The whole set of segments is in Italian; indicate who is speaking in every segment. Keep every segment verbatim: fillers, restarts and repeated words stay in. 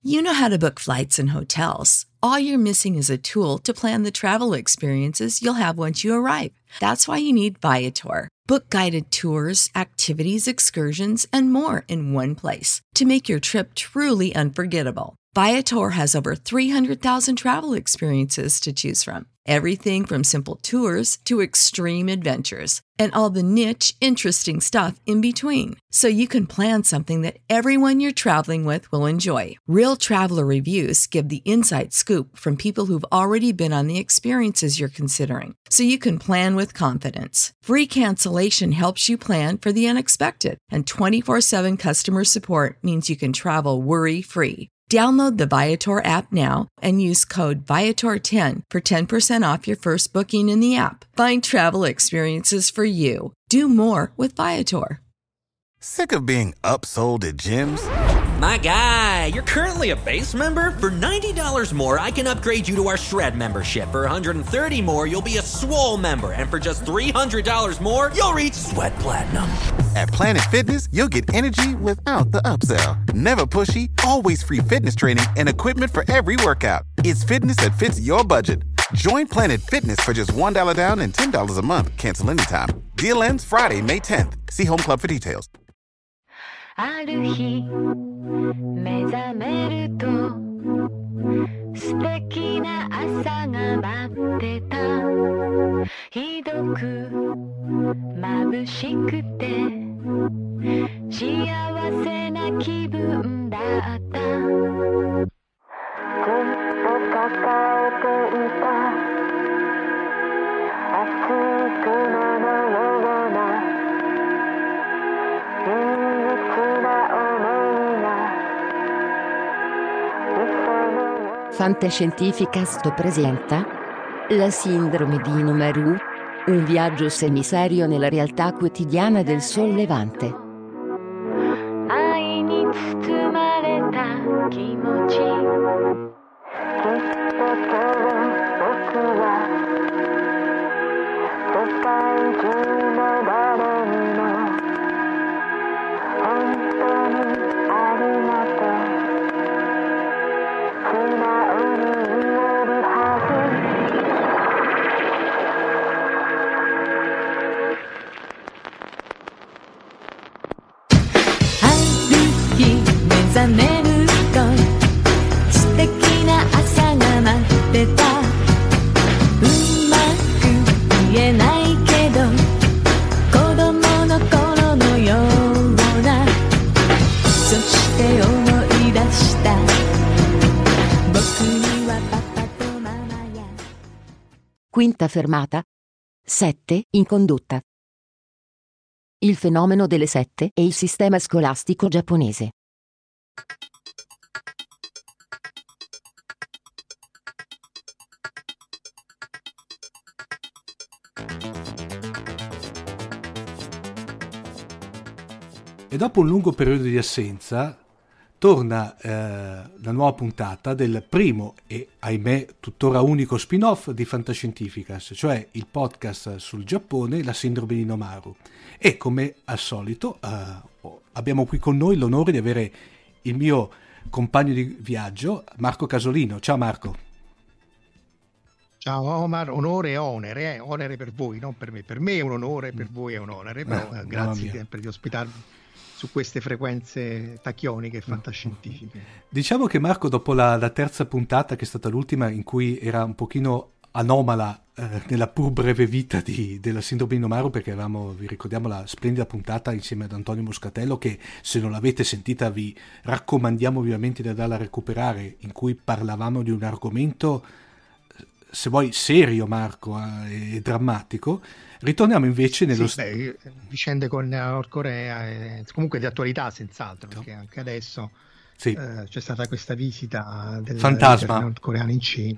Speaker 1: You know how to book flights and hotels. All you're missing is a tool to plan the travel experiences you'll have once you arrive. That's why you need Viator. Book guided tours, activities, excursions, and more in one place to make your trip truly unforgettable. Viator has over three hundred thousand travel experiences to choose from. Everything from simple tours to extreme adventures and all the niche, interesting stuff in between. So you can plan something that everyone you're traveling with will enjoy. Real traveler reviews give the inside scoop from people who've already been on the experiences you're considering. So you can plan with confidence. Free cancellation helps you plan for the unexpected. And twenty-four seven customer support means you can travel worry-free. Download the Viator app now and use code Viator ten for ten percent off your first booking in the app. Find travel experiences for you. Do more with Viator.
Speaker 2: Sick of being upsold at gyms?
Speaker 3: My guy, you're currently a base member. For ninety dollars more, I can upgrade you to our Shred membership. For one hundred thirty dollars more, you'll be a Swole member. And for just three hundred dollars more, you'll reach Sweat Platinum.
Speaker 2: At Planet Fitness, you'll get energy without the upsell. Never pushy, always free fitness training and equipment for every workout. It's fitness that fits your budget. Join Planet Fitness for just one dollar down and ten dollars a month. Cancel anytime. Deal ends Friday, May tenth. See Home Club for details.
Speaker 4: ある日目覚めると素敵な朝が待ってたひどく眩しくて幸せな気分だったずっと抱えていた熱い雲のような
Speaker 5: Fantascientificast presenta La sindrome di Inomaru, un viaggio semiserio nella realtà quotidiana del Sol Levante.
Speaker 4: 愛に包まれた気持ちきっと今日僕は世界中の誰にも本当にありがとう素直に言えるはずある日目覚めると素敵な朝が待ってたうまく言えないけど子供の頃のようなそして思い出した僕にはパパとママや
Speaker 5: Quinta fermata. Sette in condotta. Il fenomeno delle sette e il sistema scolastico giapponese.
Speaker 6: E dopo un lungo periodo di assenza torna eh, la nuova puntata del primo e ahimè tuttora unico spin-off di Fantascientificast, cioè il podcast sul Giappone, la sindrome di Inomaru. E come al solito eh, abbiamo qui con noi l'onore di avere il mio compagno di viaggio, Marco Casolino. Ciao Marco.
Speaker 7: Ciao Omar, onore e onere, eh? Onere per voi, non per me. Per me è un onore, per voi è un onere, però eh, grazie sempre di ospitarmi su queste frequenze tacchioniche e fantascientifiche.
Speaker 6: Diciamo che Marco, dopo la, la terza puntata, che è stata l'ultima in cui era un pochino anomala eh, nella pur breve vita di, della sindrome di Inomaru, perché avevamo, vi ricordiamo, la splendida puntata insieme ad Antonio Moscatello, che se non l'avete sentita vi raccomandiamo vivamente di andarla a recuperare, in cui parlavamo di un argomento, se vuoi, serio, Marco, eh, e drammatico. Ritorniamo invece nello...
Speaker 7: Sì, beh, vicende con Nord Corea, eh, comunque di attualità senz'altro, perché anche adesso sì. eh, c'è stata questa visita del nordcoreano in Cina.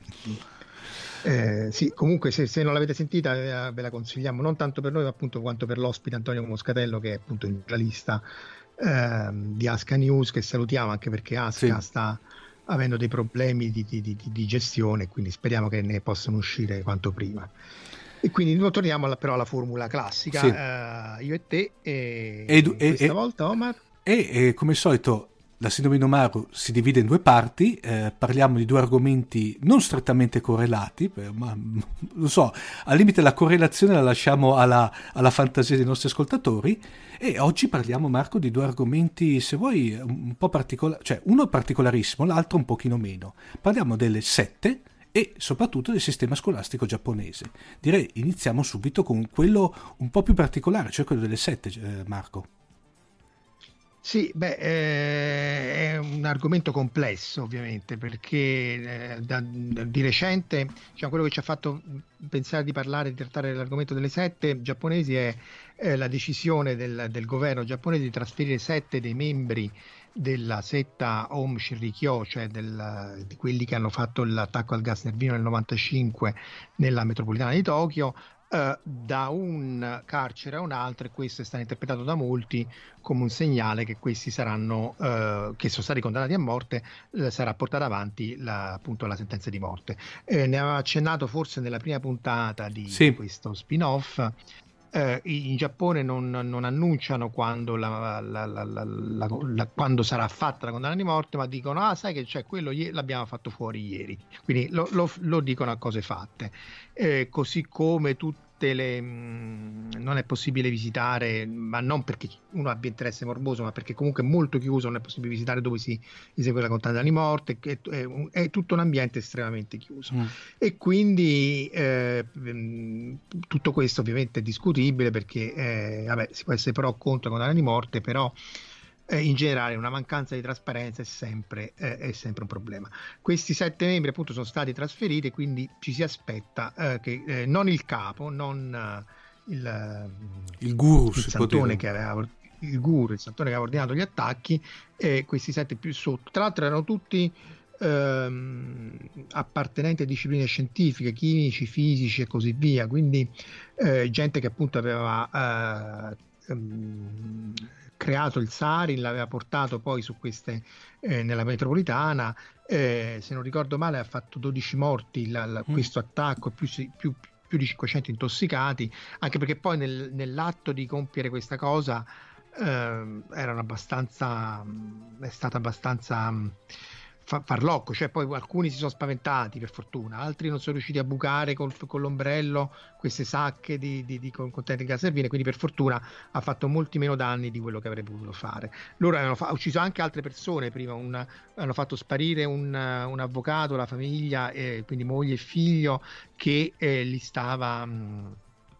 Speaker 7: Eh, sì, comunque se, se non l'avete sentita ve, ve la consigliamo, non tanto per noi ma appunto quanto per l'ospite Antonio Moscatello, che è appunto il giornalista eh, di Aska News, che salutiamo anche perché Aska sì. sta avendo dei problemi di, di, di, di gestione, quindi speriamo che ne possano uscire quanto prima. E quindi torniamo alla, però alla formula classica, sì. uh, io e te, e,
Speaker 6: e,
Speaker 7: e questa
Speaker 6: e,
Speaker 7: volta Omar.
Speaker 6: E, e come al solito la sindrome di Nomaru si divide in due parti, eh, parliamo di due argomenti non strettamente correlati, ma lo so, al limite la correlazione la lasciamo alla, alla fantasia dei nostri ascoltatori, e oggi parliamo, Marco, di due argomenti, se vuoi, un po' particolari, cioè uno particolarissimo, l'altro un pochino meno. Parliamo delle sette e soprattutto del sistema scolastico giapponese. Direi iniziamo subito con quello un po' più particolare, cioè quello delle sette, eh, Marco.
Speaker 7: Sì, beh, eh, è un argomento complesso ovviamente, perché eh, da, di recente, diciamo, quello che ci ha fatto pensare di parlare, di trattare l'argomento delle sette giapponesi è eh, la decisione del, del governo giapponese di trasferire sette dei membri della setta Aum Shinrikyo, cioè del, di quelli che hanno fatto l'attacco al gas nervino nel novantacinque nella metropolitana di Tokyo, Uh, da un carcere a un altro, e questo è stato interpretato da molti come un segnale che questi saranno uh, che sono stati condannati a morte, uh, sarà portata avanti la, appunto la sentenza di morte. Eh, ne aveva accennato forse nella prima puntata di sì. questo spin-off. Uh, in Giappone non, non annunciano quando, la, la, la, la, la, la, quando sarà fatta la condanna di morte, ma dicono ah sai che c'è quello, l'abbiamo fatto fuori ieri, quindi lo, lo, lo dicono a cose fatte. Eh, così come tutte le mh, non è possibile visitare, ma non perché uno abbia interesse morboso, ma perché comunque è molto chiuso, non è possibile visitare dove si esegue la condanna di morte, è, è, è tutto un ambiente estremamente chiuso. Mm. E quindi eh, mh, tutto questo ovviamente è discutibile, perché eh, vabbè, si può essere pro o contro la condanna di morte, però Eh, in generale una mancanza di trasparenza è sempre, eh, è sempre un problema. Questi sette membri appunto sono stati trasferiti, quindi ci si aspetta eh, che eh, non il capo, non uh, il,
Speaker 6: il guru,
Speaker 7: il santone che aveva il guru, il santone che aveva ordinato gli attacchi, e questi sette più sotto, tra l'altro erano tutti ehm, appartenenti a discipline scientifiche, chimici, fisici e così via, quindi eh, gente che appunto aveva eh, ehm, creato il sarin, l'aveva portato poi su queste eh, nella metropolitana, eh, se non ricordo male ha fatto dodici morti la, la, mm. questo attacco, più, più, più di cinquecento intossicati, anche perché poi nel, nell'atto di compiere questa cosa eh, erano abbastanza è stata abbastanza fa, farlocco, cioè poi alcuni si sono spaventati per fortuna, altri non sono riusciti a bucare col, con l'ombrello queste sacche di, di, di contenenti gas nervine, quindi per fortuna ha fatto molti meno danni di quello che avrebbe potuto fare. Loro hanno fa- ucciso anche altre persone prima, un, hanno fatto sparire un, un avvocato, la famiglia, eh, quindi moglie e figlio, che eh, li stava mh,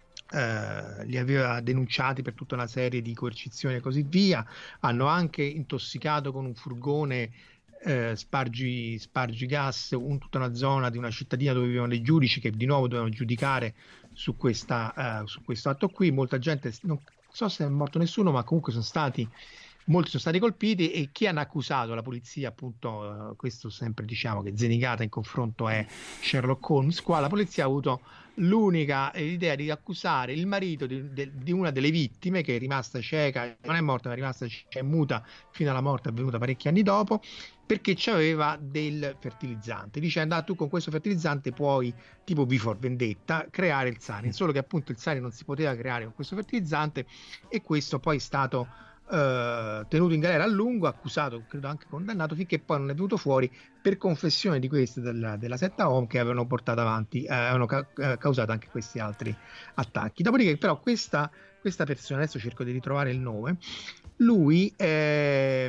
Speaker 7: Uh, li aveva denunciati per tutta una serie di coercizioni e così via. Hanno anche intossicato con un furgone uh, spargi, spargigas un, tutta una zona di una cittadina dove vivevano dei giudici che di nuovo dovevano giudicare su, questa, uh, su questo atto qui. Molta gente, non so se è morto nessuno, ma comunque sono stati molti sono stati colpiti, e chi hanno accusato la polizia, appunto, uh, questo sempre diciamo che Zenigata in confronto è Sherlock Holmes, qua la polizia ha avuto l'unica idea di accusare il marito di, di, di una delle vittime, che è rimasta cieca, non è morta ma è rimasta cieca e muta fino alla morte avvenuta parecchi anni dopo, perché c'aveva del fertilizzante, dicendo ah, tu con questo fertilizzante puoi, tipo V for Vendetta, creare il sarin, solo che appunto il sarin non si poteva creare con questo fertilizzante, e questo poi è stato Uh, tenuto in galera a lungo, accusato, credo anche condannato, finché poi non è venuto fuori per confessione di queste della, della setta Aum, che avevano portato avanti, eh, avevano ca- causato anche questi altri attacchi. Dopodiché però questa, questa persona, adesso cerco di ritrovare il nome, lui eh,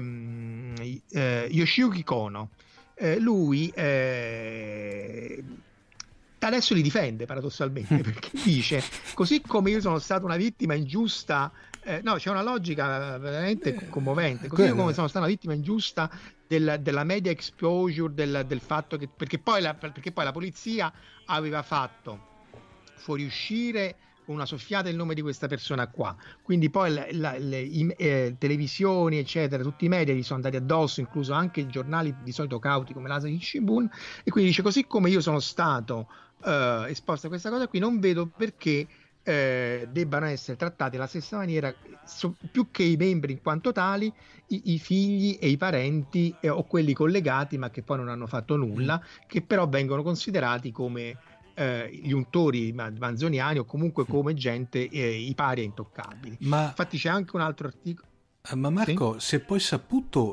Speaker 7: eh, Yoshiyuki Kono, eh, lui eh, adesso li difende paradossalmente, perché dice così come io sono stata una vittima ingiusta. Eh, no, c'è una logica veramente commovente. Così come sono stata una vittima ingiusta del, della media exposure, del, del fatto che perché poi, la, perché poi la polizia aveva fatto fuoriuscire una soffiata il nome di questa persona qua, quindi poi la, la, le i, eh, televisioni eccetera, tutti i media gli sono andati addosso, incluso anche i giornali di solito cauti come l'Asahi Shimbun, e quindi dice così come io sono stato eh, esposto a questa cosa qui, non vedo perché Eh, debbano essere trattati alla stessa maniera, so, più che i membri in quanto tali, i, i figli e i parenti eh, o quelli collegati ma che poi non hanno fatto nulla, che però vengono considerati come eh, gli untori manzoniani o comunque come gente eh, i pari e intoccabili. Ma infatti c'è anche un altro articolo.
Speaker 6: Ma Marco, sì? Si è poi saputo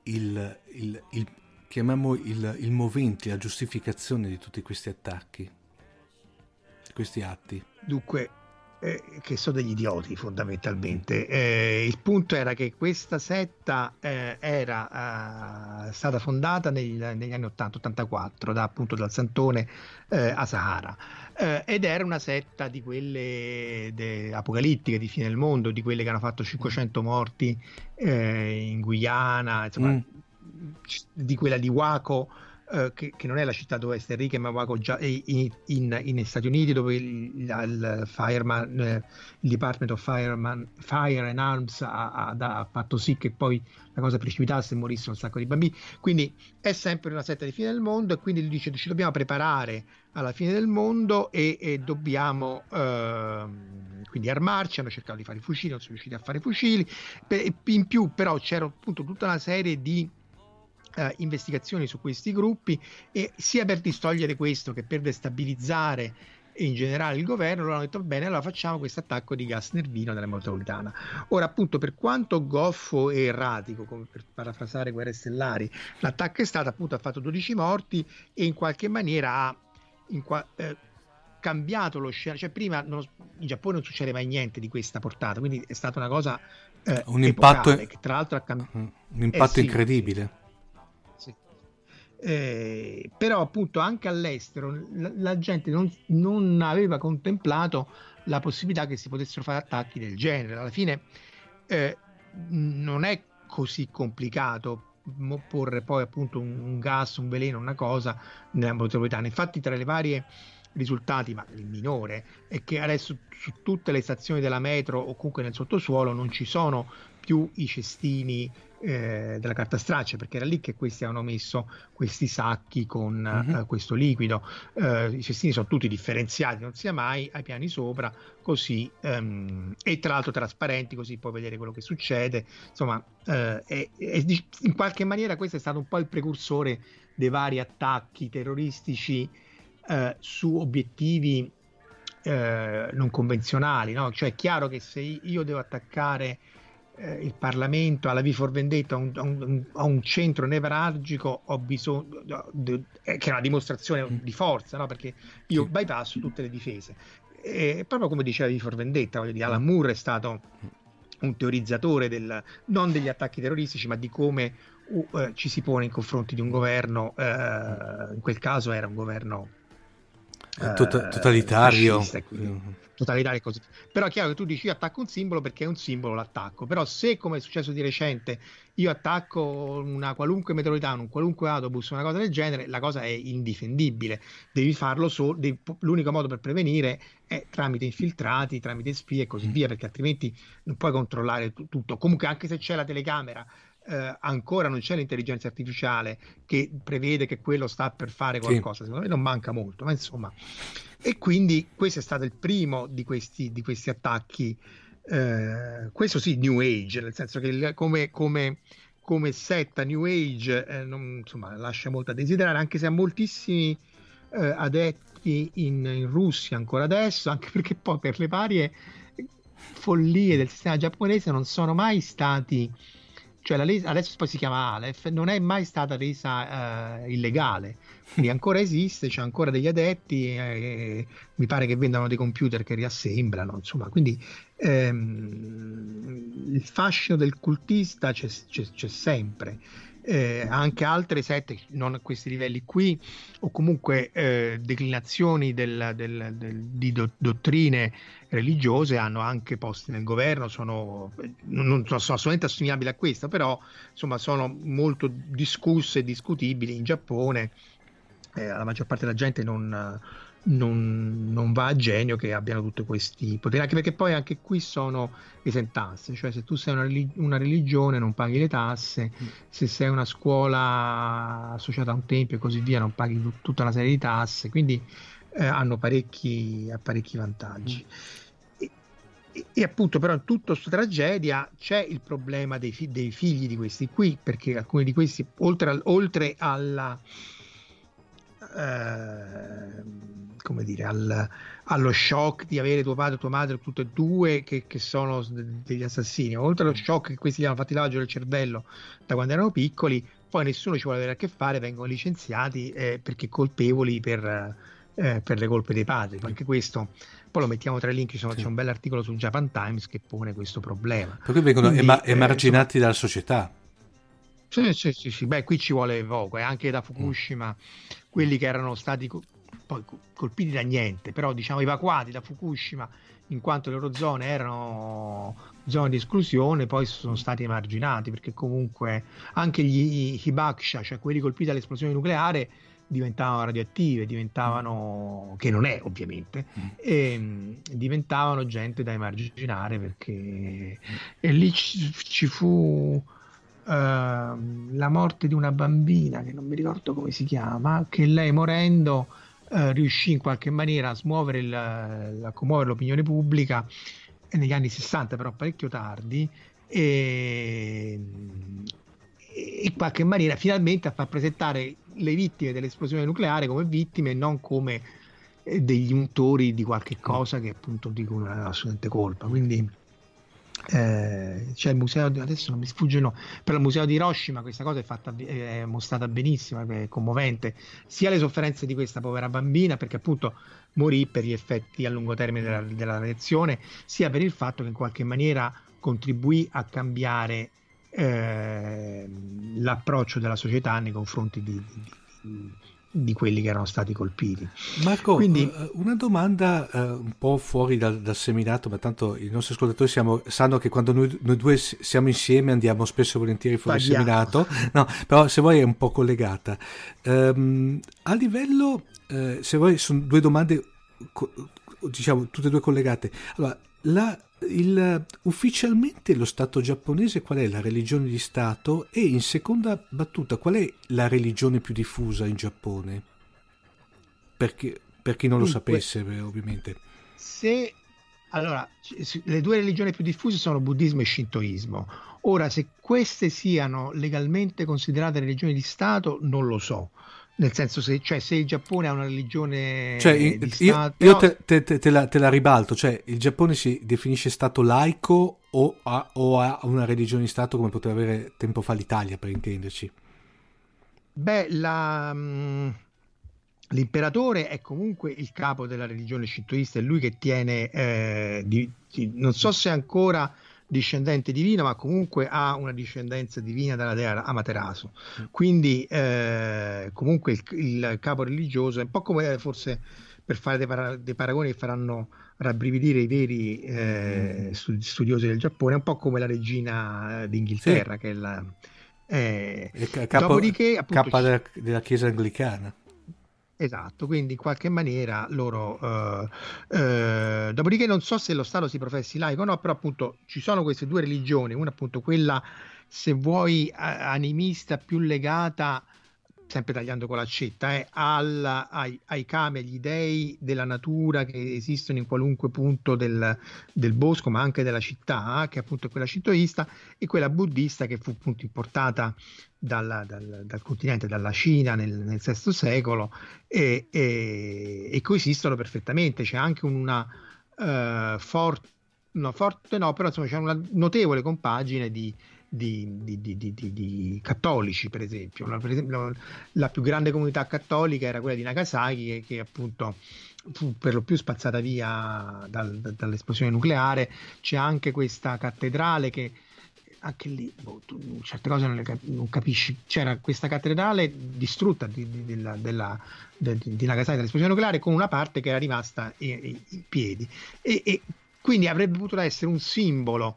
Speaker 6: il, il, il chiamiamo il, il movente, la giustificazione di tutti questi attacchi, questi atti?
Speaker 7: Dunque, eh, che sono degli idioti fondamentalmente. Eh, il punto era che questa setta eh, era eh, stata fondata nel, negli anni ottanta ottantaquattro da appunto dal Santone eh, Asahara, eh, ed era una setta di quelle de, apocalittiche di fine del mondo, di quelle che hanno fatto cinquecento morti eh, in Guyana, insomma, mm. di quella di Waco. Uh, che, che non è la città dove è Enrique, ma Waco già in, in, in Stati Uniti, dove il, il, fireman, eh, il Department of Fireman, Fire and Arms ha, ha, ha fatto sì che poi la cosa precipitasse e morissero un sacco di bambini. Quindi è sempre una setta di fine del mondo, e quindi lui dice ci dobbiamo preparare alla fine del mondo e, e dobbiamo eh, quindi armarci. Hanno cercato di fare i fucili, non sono riusciti a fare i fucili. In più però c'era appunto tutta una serie di Uh, investigazioni su questi gruppi, e sia per distogliere questo che per destabilizzare in generale il governo, loro hanno detto bene, allora facciamo questo attacco di gas nervino nella metropolitana. Ora appunto, per quanto goffo e erratico, come per parafrasare Guerre Stellari, l'attacco è stato appunto, ha fatto dodici morti e in qualche maniera ha in qua, eh, cambiato lo scenario. Cioè prima non, in Giappone non succede mai niente di questa portata, quindi è stata una cosa eh,
Speaker 6: un impatto
Speaker 7: epocale, che tra l'altro ha cambiato
Speaker 6: un impatto eh, sì, incredibile.
Speaker 7: Eh, però appunto anche all'estero la, la gente non, non aveva contemplato la possibilità che si potessero fare attacchi del genere. Alla fine eh, non è così complicato porre poi appunto un, un gas, un veleno, una cosa nella metropolitana. Infatti tra le varie risultati, ma il minore, è che adesso su tutte le stazioni della metro o comunque nel sottosuolo non ci sono più i cestini eh, della carta straccia, perché era lì che questi avevano messo questi sacchi con mm-hmm. uh, questo liquido. Uh, i cestini sono tutti differenziati, non sia mai ai piani sopra, così um, e tra l'altro trasparenti, così puoi vedere quello che succede. Insomma, uh, è, è, in qualche maniera questo è stato un po' il precursore dei vari attacchi terroristici uh, su obiettivi uh, non convenzionali, no? Cioè è chiaro che se io devo attaccare il Parlamento alla V for Vendetta, a un, a, un, a un centro nevralgico, ho bisogno de, de, che è una dimostrazione di forza, no? Perché io bypasso tutte le difese, e proprio come diceva V for Vendetta, voglio dire, Alan Moore è stato un teorizzatore del, non degli attacchi terroristici, ma di come uh, uh, ci si pone in confronti di un governo, uh, in quel caso era un governo uh,
Speaker 6: Tot- totalitario
Speaker 7: totalitario e così. Però è chiaro che tu dici io attacco un simbolo perché è un simbolo, l'attacco. Però se, come è successo di recente, io attacco una qualunque metropolitana, un qualunque autobus, una cosa del genere, la cosa è indifendibile. Devi farlo solo, devi, l'unico modo per prevenire è tramite infiltrati, tramite spie e così via, perché altrimenti non puoi controllare t- tutto. Comunque anche se c'è la telecamera, eh, ancora non c'è l'intelligenza artificiale che prevede che quello sta per fare qualcosa. Sì. Secondo me non manca molto, ma insomma. E quindi questo è stato il primo di questi, di questi attacchi, eh, questo sì, New Age, nel senso che il, come, come, come setta New Age eh, non, insomma, lascia molto a desiderare, anche se ha moltissimi eh, adepti in, in Russia ancora adesso, anche perché poi per le varie follie del sistema giapponese non sono mai stati, cioè la legge, adesso poi si chiama Aleph, non è mai stata resa uh, illegale, quindi ancora esiste, c'è ancora degli adepti, eh, mi pare che vendano dei computer che riassemblano, insomma, quindi ehm, il fascino del cultista c'è, c'è, c'è sempre. Eh, anche altre sette, non a questi livelli qui, o comunque eh, declinazioni del, del, del, di do, dottrine religiose hanno anche posti nel governo, sono, non, non sono assolutamente assimilabili a questa, però insomma sono molto discusse e discutibili in Giappone. Eh, la maggior parte della gente non, non, non va a genio che abbiano tutti questi poteri, anche perché poi anche qui sono esentanze, cioè se tu sei una, relig- una religione non paghi le tasse, mm. se sei una scuola associata a un tempio e così via non paghi t- tutta una serie di tasse, quindi eh, hanno parecchi, parecchi vantaggi. Mm. E, e, e appunto però in tutta questa tragedia c'è il problema dei, fi- dei figli di questi qui, perché alcuni di questi oltre, al, oltre alla Eh, come dire, al, allo shock di avere tuo padre e tua madre tutte e due che, che sono degli assassini, oltre allo shock che questi gli hanno fatti lavaggio del cervello da quando erano piccoli, poi nessuno ci vuole avere a che fare, vengono licenziati eh, perché colpevoli per, eh, per le colpe dei padri. Anche questo poi lo mettiamo tra i link, insomma, sì. C'è un bel articolo sul Japan Times che pone questo problema.
Speaker 6: Perché vengono
Speaker 7: Quindi,
Speaker 6: ema-
Speaker 7: eh,
Speaker 6: emarginati
Speaker 7: insomma,
Speaker 6: dalla società.
Speaker 7: Sì, sì, sì, sì. Beh, qui ci vuole poco, e eh. anche da Fukushima, mm. quelli che erano stati co- poi colpiti da niente, però diciamo evacuati da Fukushima, in quanto le loro zone erano zone di esclusione, poi sono stati emarginati, perché comunque anche gli Hibakusha, cioè quelli colpiti dall'esplosione nucleare, diventavano radioattive, diventavano, che non è ovviamente, e diventavano gente da emarginare, perché e lì ci, ci fu Uh, la morte di una bambina che non mi ricordo come si chiama, che lei morendo uh, riuscì in qualche maniera a smuovere il, a commuovere l'opinione pubblica negli anni sessanta, però parecchio tardi, e, e in qualche maniera finalmente a far presentare le vittime dell'esplosione nucleare come vittime e non come degli untori di qualche cosa che appunto dicono una assolutamente colpa. Quindi Eh, c'è il museo, adesso non mi sfugge, no, per il museo di Hiroshima questa cosa è fatta, è mostrata benissimo, è commovente, sia le sofferenze di questa povera bambina, perché appunto morì per gli effetti a lungo termine della, della radiazione, sia per il fatto che in qualche maniera contribuì a cambiare eh, l'approccio della società nei confronti di, di, di di quelli che erano stati colpiti.
Speaker 6: Marco,
Speaker 7: quindi
Speaker 6: una domanda uh, un po' fuori dal, dal seminato, ma tanto i nostri ascoltatori siamo, sanno che quando noi, noi due siamo insieme andiamo spesso e volentieri fuori dal seminato, no, però se vuoi è un po' collegata. Um, a livello, uh, se vuoi, sono due domande, co- diciamo, tutte e due collegate. Allora, la Il, ufficialmente lo Stato giapponese qual è la religione di Stato, e in seconda battuta qual è la religione più diffusa in Giappone, perché per chi non lo Dunque, sapesse ovviamente.
Speaker 7: Se allora le due religioni più diffuse sono buddismo e shintoismo. Ora, se queste siano legalmente considerate religioni di Stato non lo so, nel senso, se, cioè, se il Giappone ha una religione
Speaker 6: cioè,
Speaker 7: di
Speaker 6: io,
Speaker 7: Stato...
Speaker 6: Io te, te, te, te, la, te la ribalto, cioè il Giappone si definisce Stato laico o ha, o ha una religione di Stato come poteva avere tempo fa l'Italia, per intenderci?
Speaker 7: Beh, la, mh, l'imperatore è comunque il capo della religione shintoista, è lui che tiene, eh, di, di, non so se ancora... discendente divino, ma comunque ha una discendenza divina dalla dea Amaterasu, quindi eh, comunque il, il capo religioso è un po' come, forse per fare dei, para, dei paragoni che faranno rabbrividire i veri eh, studiosi del Giappone, è un po' come la regina d'Inghilterra, sì, che è la eh,
Speaker 6: capo,
Speaker 7: dopodiché appunto
Speaker 6: capa della, della chiesa anglicana.
Speaker 7: Esatto, quindi in qualche maniera loro uh, uh, dopodiché non so se lo Stato si professi laico o no, però appunto ci sono queste due religioni, una appunto quella, se vuoi, animista, più legata, sempre tagliando con l'accetta, eh, alla, ai, ai kami, agli dei della natura che esistono in qualunque punto del, del bosco, ma anche della città, che appunto è quella shintoista, e quella buddista che fu appunto importata dal, dal, dal continente, dalla Cina nel, nel sesto secolo, e, e, e coesistono perfettamente. C'è anche una uh, forte, no, forte no, però insomma c'è una notevole compagine di Di, di, di, di, di cattolici, per esempio. La, per esempio la più grande comunità cattolica era quella di Nagasaki, che, che appunto fu per lo più spazzata via dal, da, dall'esplosione nucleare. C'è anche questa cattedrale che anche lì boh, tu, certe cose non, le cap- non capisci. C'era questa cattedrale distrutta di, di, della, della, di, di Nagasaki dall'esplosione nucleare, con una parte che era rimasta in, in piedi, e, e quindi avrebbe potuto essere un simbolo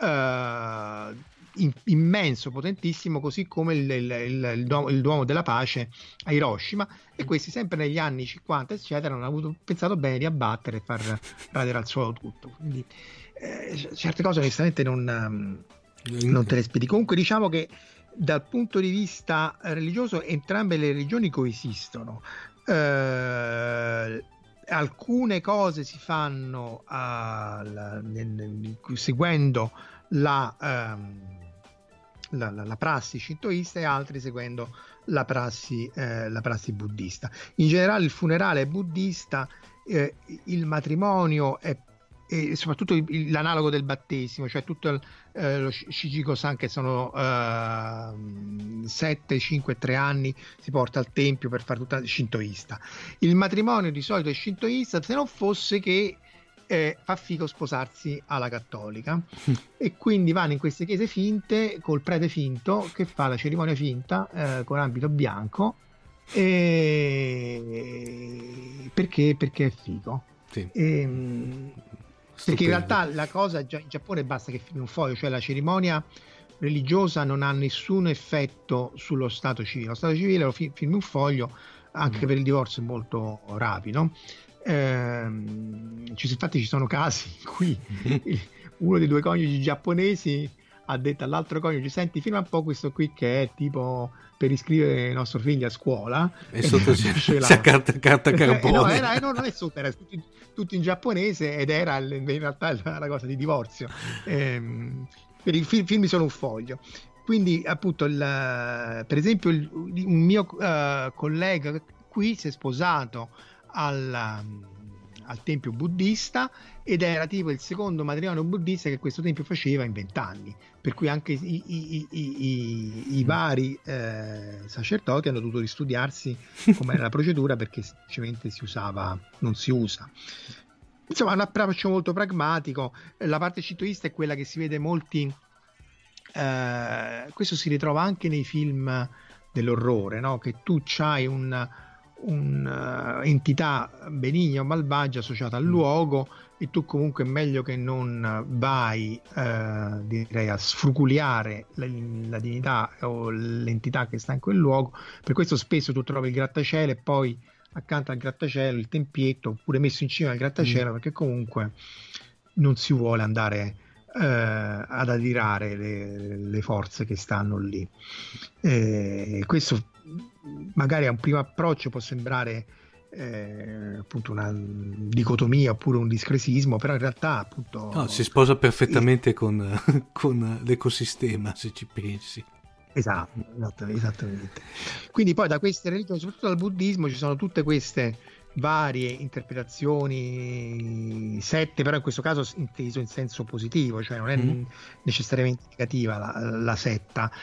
Speaker 7: uh, immenso, potentissimo, così come il, il, il, il, Duomo, il Duomo della Pace a Hiroshima, e questi sempre negli anni cinquanta eccetera hanno avuto, pensato bene di abbattere e far radere al suolo tutto. Quindi eh, certe cose onestamente non, non te le spieghi. Comunque diciamo che dal punto di vista religioso entrambe le religioni coesistono. Eh, alcune cose si fanno uh, la, nel, nel, seguendo la um, la, la, la prassi shintoista e altri seguendo la prassi, eh, la prassi buddista. In generale il funerale è buddista, eh, il matrimonio è, e soprattutto il, il, l'analogo del battesimo, cioè tutto il, eh, lo Shichiko-san, che sono sette, cinque, tre anni, si porta al tempio per fare tutta shintoista. Il matrimonio di solito è shintoista, se non fosse che Eh, fa figo sposarsi alla cattolica e quindi vanno in queste chiese finte col prete finto che fa la cerimonia finta eh, con abito bianco e... perché, perché è figo,
Speaker 6: sì.
Speaker 7: E, perché in realtà la cosa già in Giappone basta che firmi un foglio, cioè la cerimonia religiosa non ha nessun effetto sullo stato civile. Lo stato civile lo fi- firmi un foglio, anche mm. per il divorzio è molto rapido. Eh, infatti ci sono casi in cui uno dei due coniugi giapponesi ha detto all'altro coniuge: senti, firma un po' questo qui che è tipo per iscrivere il nostro figlio a scuola,
Speaker 6: e sotto c'è la carta, carta carbone.
Speaker 7: Eh, no, era, no, non è sotto, era tutto, tutto in giapponese ed era in realtà la cosa di divorzio. Eh, per i film, firmi solo un foglio. Quindi appunto il, per esempio il, un mio uh, collega qui si è sposato Al, al tempio buddista ed era tipo il secondo matrimonio buddista che questo tempio faceva in vent'anni, per cui anche i, i, i, i, i vari eh, sacerdoti hanno dovuto ristudiarsi com'era la procedura, perché semplicemente si usava, non si usa. Insomma, un approccio molto pragmatico. La parte shintoista è quella che si vede molti, eh, questo si ritrova anche nei film dell'orrore, no? Che tu c'hai un un'entità uh, benigna o malvagia associata al luogo e tu comunque è meglio che non vai uh, direi a sfruculiare la, la divinità o l'entità che sta in quel luogo. Per questo spesso tu trovi il grattacielo e poi accanto al grattacielo il tempietto, oppure messo in cima al grattacielo, mm. perché comunque non si vuole andare uh, ad adirare le, le forze che stanno lì. E questo magari a un primo approccio può sembrare eh, appunto una dicotomia oppure un discresismo, però in realtà appunto
Speaker 6: no, si sposa perfettamente il... con, con l'ecosistema, se ci pensi.
Speaker 7: Esatto, esattamente. Quindi poi da queste religioni, soprattutto dal buddismo, ci sono tutte queste varie interpretazioni, sette, però in questo caso inteso in senso positivo, cioè non è mm. necessariamente negativa la, la setta,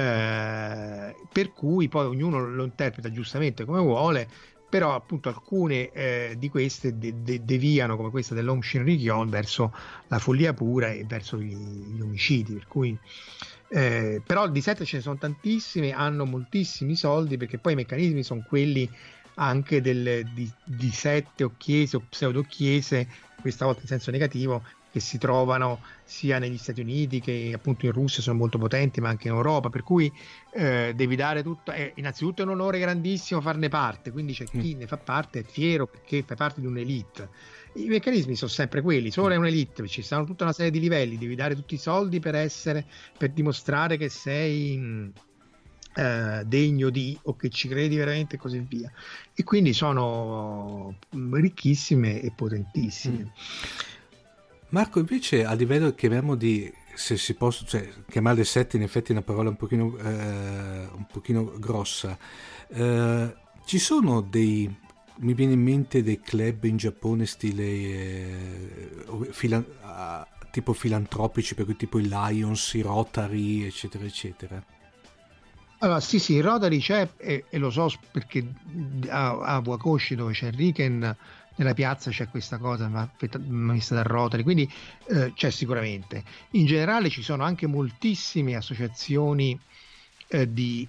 Speaker 7: eh, per cui poi ognuno lo interpreta giustamente come vuole, però appunto alcune eh, di queste de- de- deviano, come questa dell'Aum Shinrikyo, verso la follia pura e verso gli, gli omicidi, per cui eh, però di sette ce ne sono tantissime, hanno moltissimi soldi, perché poi i meccanismi sono quelli anche del, di, di sette o chiese o pseudo chiese, questa volta in senso negativo, che si trovano sia negli Stati Uniti che appunto in Russia, sono molto potenti, ma anche in Europa, per cui eh, devi dare tutto, eh, innanzitutto è un onore grandissimo farne parte, quindi c'è chi mm. ne fa parte, è fiero perché fa parte di un'elite. I meccanismi sono sempre quelli, solo è un'elite, ci sono tutta una serie di livelli, devi dare tutti i soldi per essere, per dimostrare che sei mh, eh, degno di, o che ci credi veramente, e così via, e quindi sono ricchissime e potentissime. Mm.
Speaker 6: Marco, invece, a livello, chiamiamo di, se si può, cioè chiamarle sette in effetti è una parola un pochino eh, un pochino grossa, eh, ci sono dei, mi viene in mente dei club in Giappone stile eh, filan, uh, tipo filantropici, per cui tipo i Lions, i Rotary, eccetera eccetera?
Speaker 7: Allora sì sì, il Rotary c'è e, e lo so perché a, a Wakoshi, dove c'è Riken, nella piazza c'è questa cosa ma vista dal Rotary, quindi eh, c'è sicuramente. In generale ci sono anche moltissime associazioni eh, di,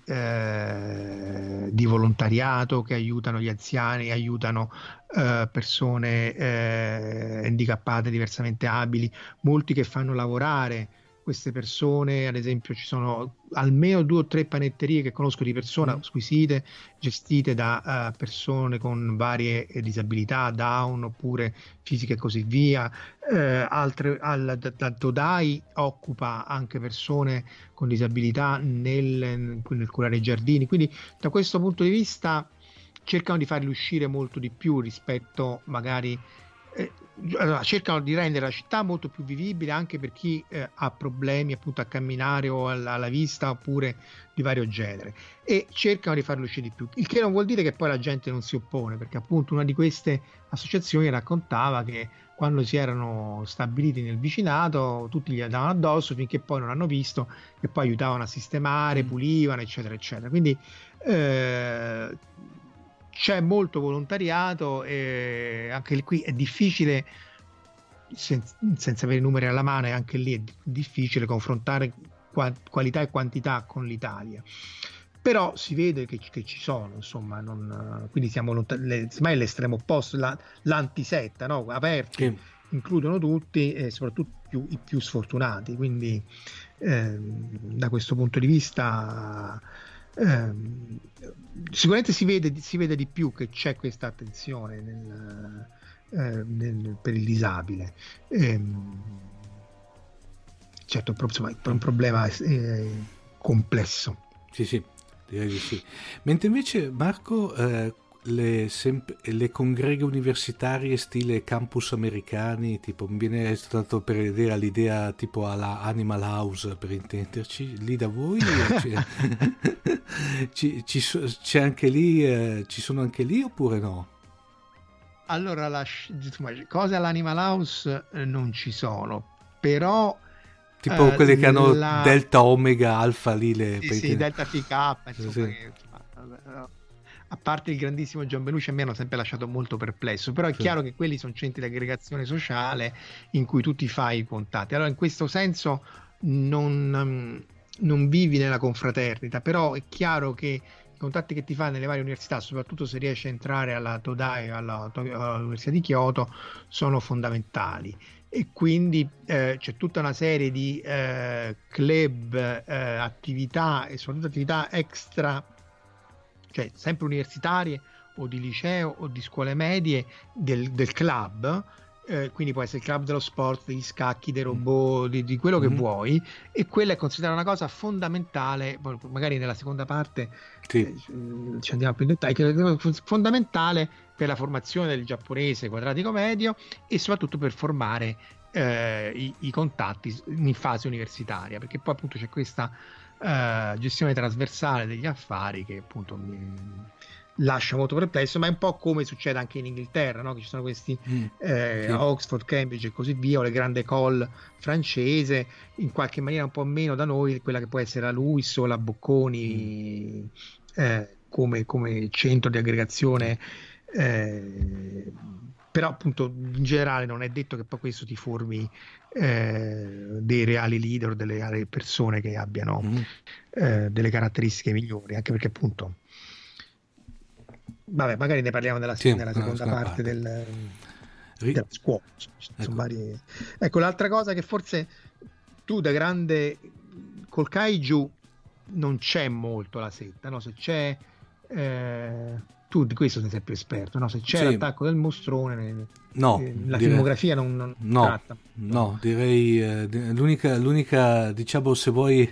Speaker 7: eh, di volontariato che aiutano gli anziani, aiutano eh, persone eh, handicappate, diversamente abili, molti che fanno lavorare queste persone. Ad esempio ci sono almeno due o tre panetterie che conosco di persona, mm. squisite, gestite da uh, persone con varie eh, disabilità, Down oppure fisiche e così via. Eh, altre, al, da, da Todai occupa anche persone con disabilità nel, nel curare i giardini, quindi da questo punto di vista cercano di farli uscire molto di più rispetto magari eh, allora, cercano di rendere la città molto più vivibile anche per chi eh, ha problemi appunto a camminare o alla, alla vista oppure di vario genere, e cercano di farlo uscire di più, il che non vuol dire che poi la gente non si oppone, perché appunto una di queste associazioni raccontava che quando si erano stabiliti nel vicinato tutti gli andavano addosso finché poi non hanno visto che poi aiutavano a sistemare,
Speaker 6: Mm.
Speaker 7: pulivano eccetera eccetera, quindi eh, c'è molto volontariato e anche qui è difficile, sen- senza avere i numeri alla mano, e anche lì è di- difficile confrontare qua- qualità e quantità con l'Italia, però si vede che, che ci sono, insomma, non, quindi siamo lontani, le, semmai è l'estremo opposto, la, l'antisetta, no? Aperti,
Speaker 6: Sì.
Speaker 7: includono tutti e soprattutto più, i più sfortunati, quindi ehm, da questo punto di vista ehm, sicuramente si vede, si vede di più che c'è questa attenzione nel, eh, nel- per il disabile. Ehm, certo, però, insomma, è un problema eh, complesso.
Speaker 6: Sì, sì, direi di sì. Mentre invece, Marco, eh, le, semp- le congreghe universitarie stile campus americani, tipo mi viene stato per vedere all'idea tipo alla Animal House, per intenderci, lì da voi c'è, ci, ci so- c'è anche lì, eh, ci sono anche lì oppure no?
Speaker 7: Allora, la, sci- insomma, cose all'Animal House eh, non ci sono, però
Speaker 6: Tipo
Speaker 7: eh,
Speaker 6: quelle che hanno
Speaker 7: la-
Speaker 6: Delta Omega Alfa lì le
Speaker 7: sì,
Speaker 6: per
Speaker 7: sì,
Speaker 6: intendere-
Speaker 7: Delta Phi Kappa, insomma,
Speaker 6: Sì.
Speaker 7: che, insomma, vabbè, a parte il grandissimo John Belushi, a me hanno sempre lasciato molto perplesso, però è
Speaker 6: Sì.
Speaker 7: chiaro che quelli sono centri di aggregazione sociale in cui tu ti fai i contatti. Allora, in questo senso non, um, non vivi nella confraternita, però è chiaro che i contatti che ti fai nelle varie università, soprattutto se riesci a entrare alla Todai, alla, all'Università di Kyoto, sono fondamentali. E quindi eh, c'è tutta una serie di eh, club, eh, attività e soprattutto attività extra, cioè sempre universitarie o di liceo o di scuole medie del, del club, eh, quindi può essere il club dello sport, degli scacchi, dei robot, di, di quello che
Speaker 6: Mm.
Speaker 7: vuoi, e quella è considerata una cosa fondamentale, poi magari nella seconda parte
Speaker 6: Sì.
Speaker 7: eh, ci andiamo più in dettaglio, che è fondamentale per la formazione del giapponese quadratico medio e soprattutto per formare eh, i, i contatti in fase universitaria, perché poi appunto c'è questa eh, gestione trasversale degli affari che appunto mi lascia molto perplesso, ma è un po' come succede anche in Inghilterra, no? Che ci sono questi
Speaker 6: Mm.
Speaker 7: eh,
Speaker 6: Sì.
Speaker 7: Oxford, Cambridge e così via, o le grandi école francese, in qualche maniera un po' meno da noi quella che può essere la Luis o la Bocconi eh, come, come centro di aggregazione, eh, però appunto in generale non è detto che poi questo ti formi eh, dei reali leader o delle reali persone che abbiano
Speaker 6: Mm.
Speaker 7: eh, delle caratteristiche migliori, anche perché appunto vabbè, magari ne parliamo nella,
Speaker 6: Sì,
Speaker 7: nella
Speaker 6: nella
Speaker 7: seconda
Speaker 6: seconda
Speaker 7: parte,
Speaker 6: parte.
Speaker 7: del,
Speaker 6: Ri-
Speaker 7: della scuola. Ci sono
Speaker 6: Ecco.
Speaker 7: varie- ecco, l'altra cosa che forse tu da grande col kaiju non c'è molto la setta, no? Se c'è eh, tu di questo ne sei più esperto, no? Se c'è
Speaker 6: Sì.
Speaker 7: l'attacco del mostrone ne-
Speaker 6: No,
Speaker 7: eh, la
Speaker 6: direi-
Speaker 7: filmografia non, non
Speaker 6: No,
Speaker 7: tratta.
Speaker 6: no, direi eh, l'unica, l'unica, diciamo, se vuoi,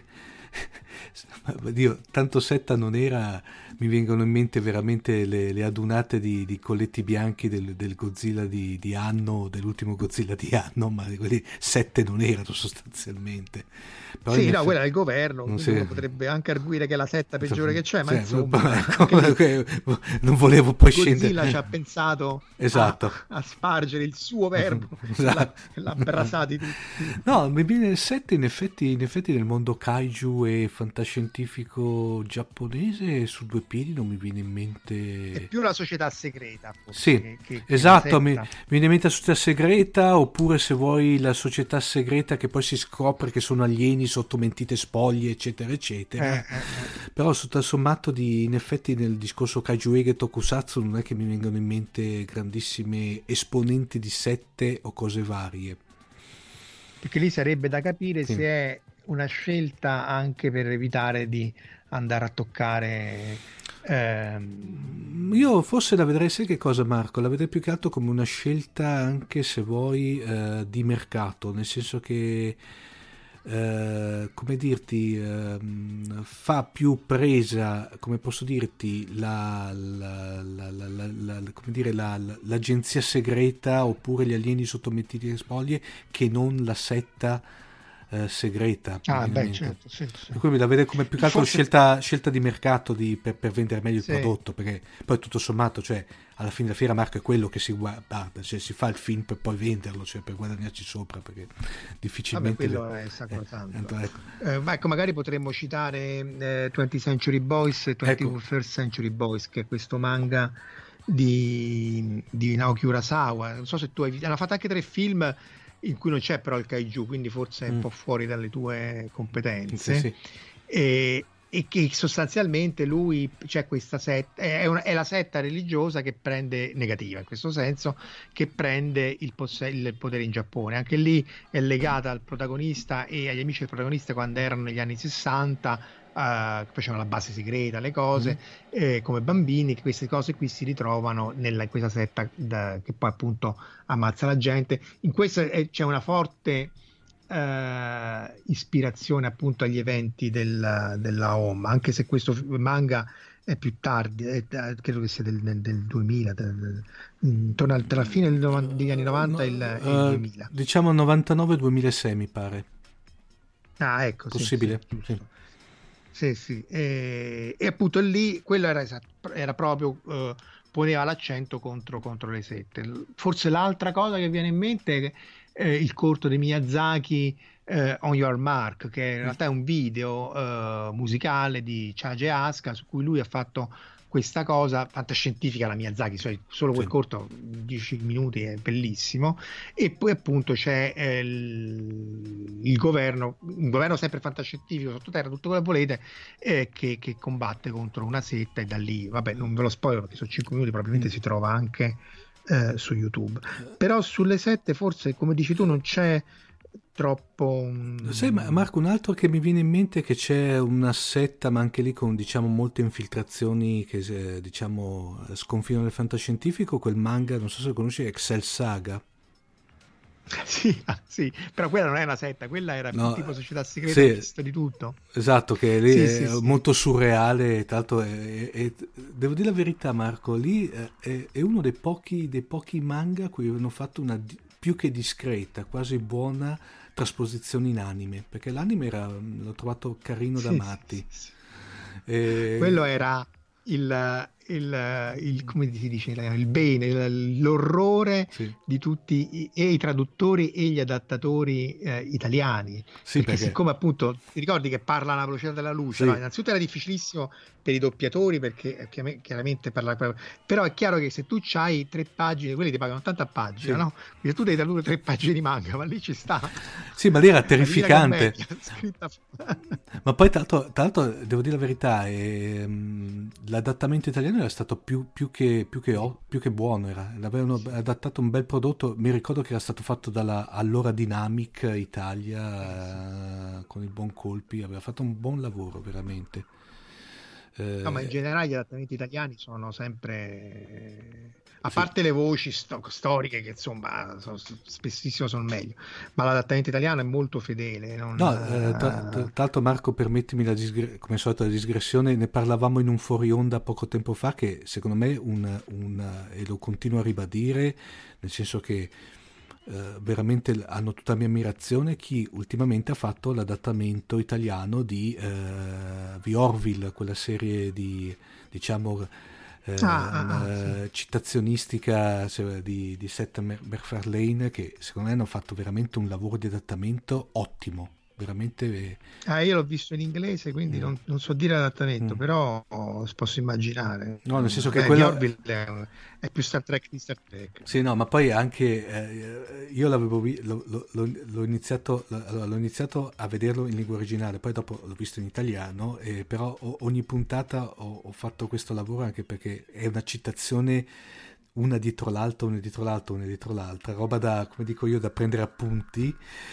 Speaker 6: Dio, tanto setta non era, mi vengono in mente veramente le, le adunate di, di colletti bianchi del, del Godzilla di, di anno, dell'ultimo Godzilla di anno, ma quelli sette non erano sostanzialmente. Però
Speaker 7: Sì,
Speaker 6: in
Speaker 7: no,
Speaker 6: eff-
Speaker 7: quella è il governo,
Speaker 6: non
Speaker 7: quindi
Speaker 6: si-
Speaker 7: uno potrebbe anche arguire che è la setta peggiore che c'è, ma
Speaker 6: Sì,
Speaker 7: insomma,
Speaker 6: ecco,
Speaker 7: anche lì
Speaker 6: non volevo poi
Speaker 7: Godzilla
Speaker 6: scendere.
Speaker 7: ci ha pensato
Speaker 6: Esatto.
Speaker 7: a, a spargere il suo verbo
Speaker 6: Esatto.
Speaker 7: e l'ha brasati tutti.
Speaker 6: No, mi viene il sette in effetti, in effetti nel mondo kaiju e fantascientifico giapponese su due piedi non mi viene in
Speaker 7: È
Speaker 6: mente.
Speaker 7: più la società segreta, forse,
Speaker 6: Sì,
Speaker 7: che- che- che
Speaker 6: esatto,
Speaker 7: la
Speaker 6: mi,
Speaker 7: setta.
Speaker 6: mi viene in mente la società segreta, oppure se vuoi la società segreta che poi si scopre che sono alieni sotto mentite spoglie, eccetera, eccetera.
Speaker 7: Eh, eh, eh.
Speaker 6: Però tutto sommato di, in effetti nel discorso Kaiju Ege Tokusatsu non è che mi vengono in mente grandissime esponenti di sette o cose varie.
Speaker 7: Perché lì sarebbe da capire
Speaker 6: Sì.
Speaker 7: se è una scelta anche per evitare di andare a toccare ehm,
Speaker 6: Io forse la vedrei, sai che cosa, Marco? La vedrei più che altro come una scelta anche se vuoi eh, di mercato, nel senso che eh, come dirti, eh, fa più presa, come posso dirti, la, la, la, la, la, la, come dire, la, la, l'agenzia segreta oppure gli alieni sottomettiti alle spoglie, che non la setta eh, segreta.
Speaker 7: Ah, beh, certo, sì, sì.
Speaker 6: Per cui mi la vede come più che altro
Speaker 7: Forse...
Speaker 6: scelta, scelta di mercato di, per, per vendere meglio il
Speaker 7: sì.
Speaker 6: prodotto, perché poi tutto sommato, cioè, alla fine della fiera Marco è quello che si guarda, cioè si fa il film per poi venderlo, cioè per guadagnarci sopra, perché difficilmente...
Speaker 7: Vabbè, quello le... è sacrosanto.
Speaker 6: Eh, ecco.
Speaker 7: Eh, ma ecco, magari potremmo citare eh, twentieth Century Boys e twenty-first
Speaker 6: Ecco.
Speaker 7: Century Boys, che è questo manga di, di Naoki Urasawa. Non so se tu hai visto, hanno fatto anche tre film in cui non c'è però il kaiju, quindi forse è un mm. po' fuori dalle tue competenze.
Speaker 6: Sì, sì.
Speaker 7: E, e che sostanzialmente lui, c'è questa setta, è, una, è la setta religiosa che prende, negativa in questo senso, che prende il, posse- il potere in Giappone. Anche lì è legata al protagonista e agli amici del protagonista quando erano negli anni sessanta, uh, facevano la base segreta, le cose, mm. eh, come bambini, che queste cose qui si ritrovano nella, in questa setta da, che poi appunto ammazza la gente. In questo eh, c'è una forte... Uh, ispirazione appunto agli eventi del, della O M, anche se questo manga è più tardi, è, credo che sia del, del, del duemila, del, intorno al, tra la fine degli anni novanta e il, uh, il duemila.
Speaker 6: Diciamo novantanove duemilasei mi pare.
Speaker 7: Ah, ecco,
Speaker 6: possibile.
Speaker 7: Sì, sì, sì, sì. E, e appunto lì quello era, esatto, era proprio uh, poneva l'accento contro, contro le sette. Forse l'altra cosa che viene in mente è che Eh, il corto di Miyazaki, eh, On Your Mark, che in realtà è un video eh, musicale di Chage Asuka, su cui lui ha fatto questa cosa fantascientifica, la Miyazaki, cioè solo quel sì. corto dieci minuti è bellissimo. E poi appunto c'è eh, il, il governo un governo sempre fantascientifico sottoterra, tutto quello che volete, eh, che, che combatte contro una setta, e da lì, vabbè, non ve lo spoiler perché sono cinque minuti, probabilmente mm. si trova anche Eh, su YouTube. Però sulle sette forse, come dici tu, non c'è troppo un...
Speaker 6: Sai, Marco, un altro che mi viene in mente è che c'è una setta, ma anche lì con, diciamo, molte infiltrazioni che, diciamo, sconfinano nel fantascientifico, quel manga, non so se lo conosci, Excel Saga.
Speaker 7: Sì, sì, però quella non è una setta, quella era
Speaker 6: no,
Speaker 7: tipo società segreta, sì, di tutto.
Speaker 6: Esatto, che lì
Speaker 7: sì,
Speaker 6: è
Speaker 7: sì,
Speaker 6: molto
Speaker 7: sì.
Speaker 6: surreale, tra l'altro è, è, è, devo dire la verità, Marco, lì è, è uno dei pochi, dei pochi manga a cui hanno fatto una più che discreta, quasi buona trasposizione in anime, perché l'anime era, l'ho trovato carino da
Speaker 7: sì,
Speaker 6: matti.
Speaker 7: Sì, sì.
Speaker 6: E...
Speaker 7: Quello era il... Il, il come si dice il bene, l'orrore sì. di tutti i, e i traduttori e gli adattatori eh, italiani,
Speaker 6: sì,
Speaker 7: perché,
Speaker 6: perché
Speaker 7: siccome appunto ti ricordi che parlano alla velocità della luce, sì. no? Innanzitutto era difficilissimo per i doppiatori perché chiaramente parla, però è chiaro che se tu c'hai tre pagine, quelli ti pagano ottanta pagine, sì. no? Quindi se tu devi tradurre tre pagine di manga, ma lì ci sta.
Speaker 6: Sì, ma lì era terrificante. Ma poi tra l'altro, tra l'altro devo dire la verità, eh, l'adattamento italiano era stato più, più, che, più, che, più che buono, era. Avevano sì. adattato un bel prodotto. Mi ricordo che era stato fatto dalla allora Dynamic Italia, eh, con il buon Colpi, aveva fatto un buon lavoro veramente.
Speaker 7: Eh, no, ma in generale gli adattamenti italiani sono sempre, a sì. parte le voci sto- storiche che insomma sono, spessissimo sono meglio, ma l'adattamento italiano è molto fedele. Non...
Speaker 6: No, eh, tra, tra l'altro Marco, permettimi la disgre- come al solito la digressione, ne parlavamo in un fuori onda poco tempo fa, che secondo me un, un e lo continuo a ribadire, nel senso che Uh, veramente hanno tutta la mia ammirazione chi ultimamente ha fatto l'adattamento italiano di uh, The Orville, quella serie di, diciamo, uh,
Speaker 7: ah, ah,
Speaker 6: uh, sì. citazionistica di, di Seth MacFarlane, che secondo me hanno fatto veramente un lavoro di adattamento ottimo, veramente.
Speaker 7: Ah, io l'ho visto in inglese, quindi mm. non, non so dire l'adattamento, mm. però posso immaginare.
Speaker 6: No, nel senso che
Speaker 7: eh,
Speaker 6: quello
Speaker 7: Orville è, è più Star Trek di Star Trek.
Speaker 6: Sì, no, ma poi anche eh, io l'avevo vi- lo, lo, lo, l'ho iniziato lo, l'ho iniziato a vederlo in lingua originale, poi dopo l'ho visto in italiano, eh, però o, ogni puntata ho, ho fatto questo lavoro anche perché è una citazione una dietro l'altra, una dietro l'altra, una dietro l'altra, roba da, come dico io, da prendere appunti,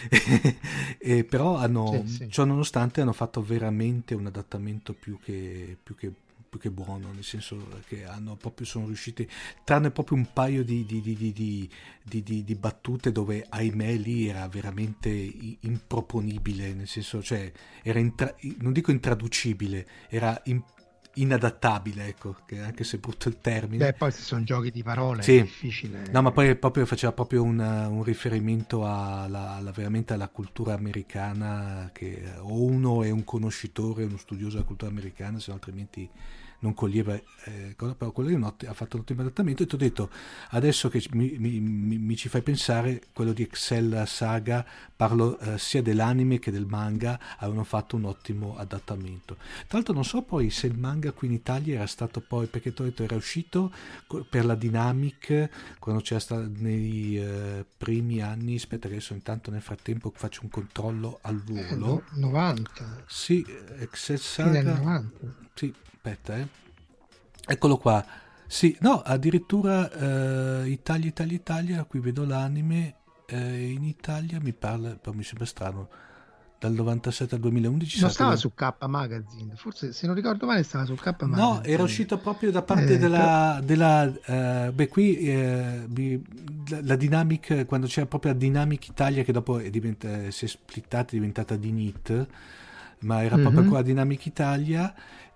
Speaker 6: e però hanno, sì, sì. ciò nonostante hanno fatto veramente un adattamento più che, più che, più che buono, nel senso che hanno proprio sono riusciti, tranne proprio un paio di, di, di, di, di, di, di, di battute dove ahimè lì era veramente improponibile, nel senso, cioè era intra, non dico intraducibile, era in, inadattabile, ecco, che anche se brutto il termine.
Speaker 7: Beh, poi se sono giochi di parole
Speaker 6: sì.
Speaker 7: È difficile.
Speaker 6: No, ma poi proprio faceva proprio un, un riferimento alla, alla, veramente alla cultura americana, che o uno è un conoscitore, uno studioso della cultura americana, se no altrimenti non coglieva eh, cosa, però quello lì ha fatto un ottimo adattamento, e ti ho detto, adesso che mi, mi, mi, mi ci fai pensare, quello di Excel Saga, parlo eh, sia dell'anime che del manga, avevano fatto un ottimo adattamento. Tra l'altro non so poi se il manga qui in Italia era stato poi, perché ti ho detto era uscito per la Dynamic quando c'era stato nei eh, primi anni, aspetta che adesso intanto nel frattempo faccio un controllo al volo.
Speaker 7: Eh, novanta.
Speaker 6: Sì, Excel Saga.
Speaker 7: novanta.
Speaker 6: Sì, aspetta, eh. Eccolo qua. Sì, no, addirittura eh, Italia, Italia, Italia, qui vedo l'anime, eh, in Italia mi parla, però mi sembra strano, dal novantasette al duemilaundici.
Speaker 7: Non stava
Speaker 6: quello...
Speaker 7: su K Magazine, forse se non ricordo male stava su K Magazine.
Speaker 6: No, era uscito proprio da parte eh, della, però... della eh, beh qui eh, la, la Dynamic, quando c'era proprio la Dynamic Italia, che dopo è diventa, si è splittata, è diventata di N I T, ma era proprio mm-hmm. ancora Dynamic Italia.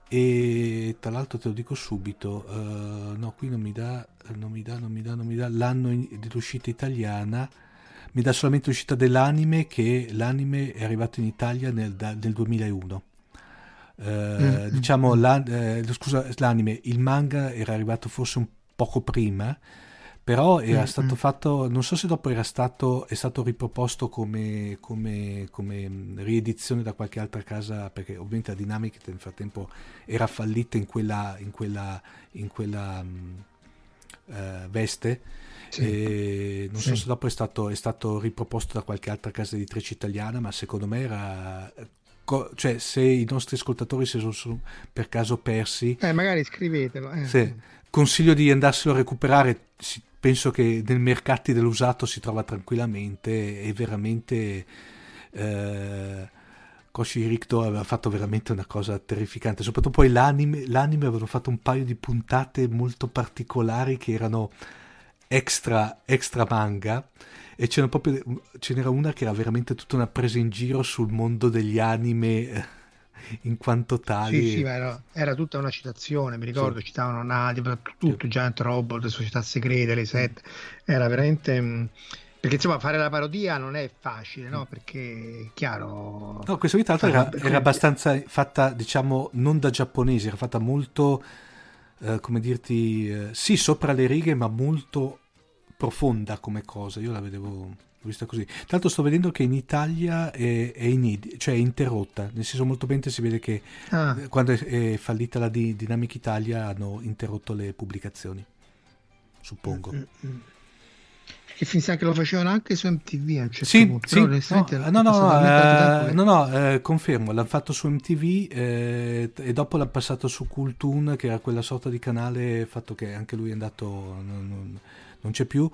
Speaker 6: E tra l'altro te lo dico subito, uh, no, qui non mi dà non mi dà non mi dà non mi dà l'anno in, dell'uscita italiana, mi dà solamente l'uscita dell'anime, che l'anime è arrivato in Italia nel, da, nel duemilauno. Uh, mm-hmm. Diciamo la, eh, scusa, l'anime, il manga era arrivato forse un poco prima, però era mm-hmm. stato fatto, non so se dopo era stato è stato riproposto come, come, come riedizione da qualche altra casa, perché ovviamente la Dynamic nel frattempo era fallita in quella in quella in quella um, uh, veste, sì. E non sì. so se dopo è stato è stato riproposto da qualche altra casa editrice italiana, ma secondo me era, cioè, se i nostri ascoltatori si sono per caso persi,
Speaker 7: eh, magari scrivetelo, eh.
Speaker 6: sì, consiglio di andarselo a recuperare. Si, penso che nel mercati dell'usato si trova tranquillamente, e veramente eh, Koshi Rikto aveva fatto veramente una cosa terrificante, soprattutto poi l'anime, l'anime avevano fatto un paio di puntate molto particolari che erano extra, extra manga, e c'era proprio, ce n'era una che era veramente tutta una presa in giro sul mondo degli anime in quanto tali.
Speaker 7: Sì, sì, ma era, era tutta una citazione, mi ricordo, sì. Citavano Nadi, tutto, sì. Giant Robot, Società Segrete, le sette, era veramente... Perché insomma fare la parodia non è facile, no? Perché è chiaro...
Speaker 6: No, questa tra l'altro era, era abbastanza fatta, diciamo, non da giapponesi, era fatta molto, eh, come dirti, eh, sì, sopra le righe, ma molto profonda come cosa. Io la vedevo... vista così. Tra l'altro sto vedendo che in Italia è, è in, cioè è interrotta, nel senso molto bene si vede che ah. quando è, è fallita la di, Dynamic Italia hanno interrotto le pubblicazioni, suppongo.
Speaker 7: Mm-hmm. Che finse anche lo facevano anche su M T V a un certo
Speaker 6: sì,
Speaker 7: punto.
Speaker 6: Sì, no, no, no, no, eh, no, no eh, confermo, l'hanno fatto su M T V eh, e dopo l'hanno passato su Cooltoon, che era quella sorta di canale fatto che anche lui è andato... Non, non, non c'è più,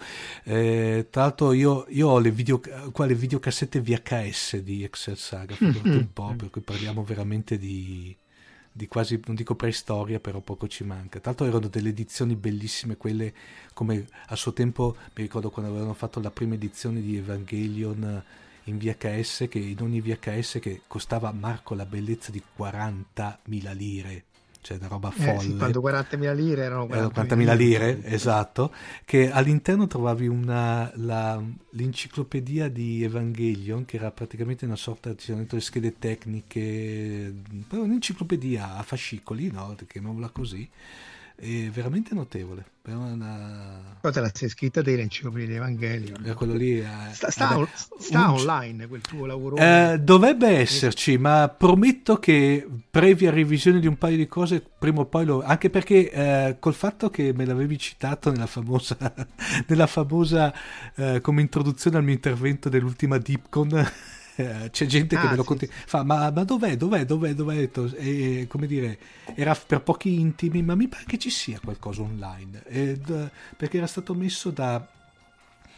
Speaker 6: eh, tra l'altro io, io ho le, video, qua le videocassette V H S di Excel Saga, mm-hmm. un po', per cui parliamo veramente di, di quasi, non dico preistoria, però poco ci manca. Tra l'altro erano delle edizioni bellissime, quelle come a suo tempo, mi ricordo quando avevano fatto la prima edizione di Evangelion in V H S, che in ogni V H S che costava, Marco, la bellezza di quarantamila lire. Cioè una roba folle.
Speaker 7: Eh, sì, quando quarantamila lire erano
Speaker 6: quarantamila lire, esatto, che all'interno trovavi una, la, l'enciclopedia di Evangelion, che era praticamente una sorta, c'erano dentro le schede tecniche, un'enciclopedia a fascicoli, no? Chiamiamola così, è veramente notevole. Però una...
Speaker 7: Poi te la sei scritta te l'enciclopedia di Evangelion.
Speaker 6: Eh, quello lì, eh,
Speaker 7: sta, sta, vabbè, sta un... online quel tuo lavoro?
Speaker 6: Eh, dovrebbe esserci, ma prometto che previa revisione di un paio di cose prima o poi lo... anche perché eh, col fatto che me l'avevi citato nella famosa nella famosa eh, come introduzione al mio intervento dell'ultima Dipcon, c'è gente che ah, me lo sì, continua sì. fa ma, ma dov'è dov'è dov'è dov'è e, come dire, era per pochi intimi, ma mi pare che ci sia qualcosa online, ed, perché era stato messo da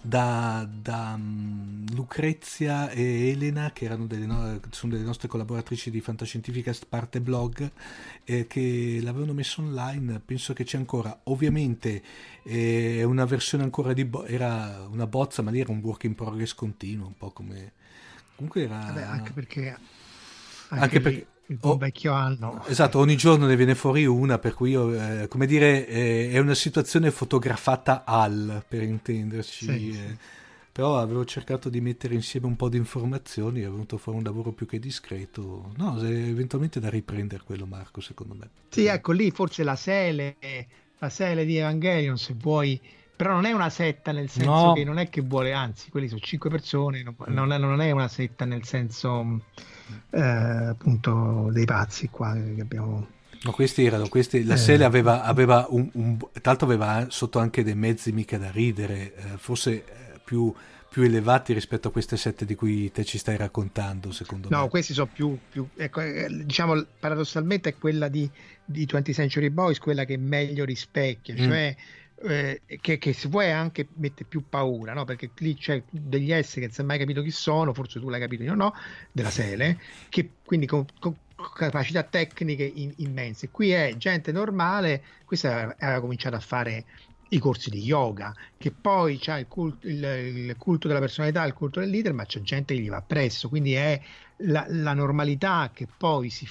Speaker 6: da, da um, Lucrezia e Elena, che erano delle, no- sono delle nostre collaboratrici di Fantascientifica Parte Blog, eh, che l'avevano messo online. Penso che c'è ancora, ovviamente è eh, una versione ancora di bo- era una bozza, ma lì era un work in progress continuo, un po' come comunque era.
Speaker 7: Vabbè, anche perché anche,
Speaker 6: anche
Speaker 7: lì,
Speaker 6: perché
Speaker 7: il buon vecchio anno,
Speaker 6: esatto, ogni giorno ne viene fuori una, per cui io, eh, come dire, eh, è una situazione fotografata al, per intenderci,
Speaker 7: sì,
Speaker 6: eh.
Speaker 7: sì.
Speaker 6: Però avevo cercato di mettere insieme un po' di informazioni, è venuto fuori un lavoro più che discreto. No, se eventualmente da riprendere quello, Marco, secondo me.
Speaker 7: Sì, ecco, lì forse la Sele, la Sele di Evangelion, se vuoi, però non è una setta nel senso
Speaker 6: No.
Speaker 7: che non è che vuole, anzi, quelli sono cinque persone, non, non è, non è una setta nel senso eh, appunto dei pazzi qua che abbiamo.
Speaker 6: No, questi erano, questi, la
Speaker 7: Eh.
Speaker 6: Sele aveva, aveva un, un, tra l'altro aveva sotto anche dei mezzi mica da ridere, eh, forse eh, più, più elevati rispetto a queste sette di cui te ci stai raccontando, secondo me.
Speaker 7: No, questi sono più, più ecco, eh, diciamo, paradossalmente è quella di, di twentieth Century Boys, quella che meglio rispecchia,
Speaker 6: Mm.
Speaker 7: cioè eh, che, che se vuoi anche mette più paura, no? Perché lì c'è degli esseri che non si è mai capito chi sono, forse tu l'hai capito, io no, della Sele, che quindi con, con capacità tecniche in, immense. Qui è gente normale, questa aveva, aveva cominciato a fare i corsi di yoga, che poi c'ha il culto, il, il culto della personalità, il culto del leader, ma c'è gente che gli va appresso, quindi è la, la normalità che poi si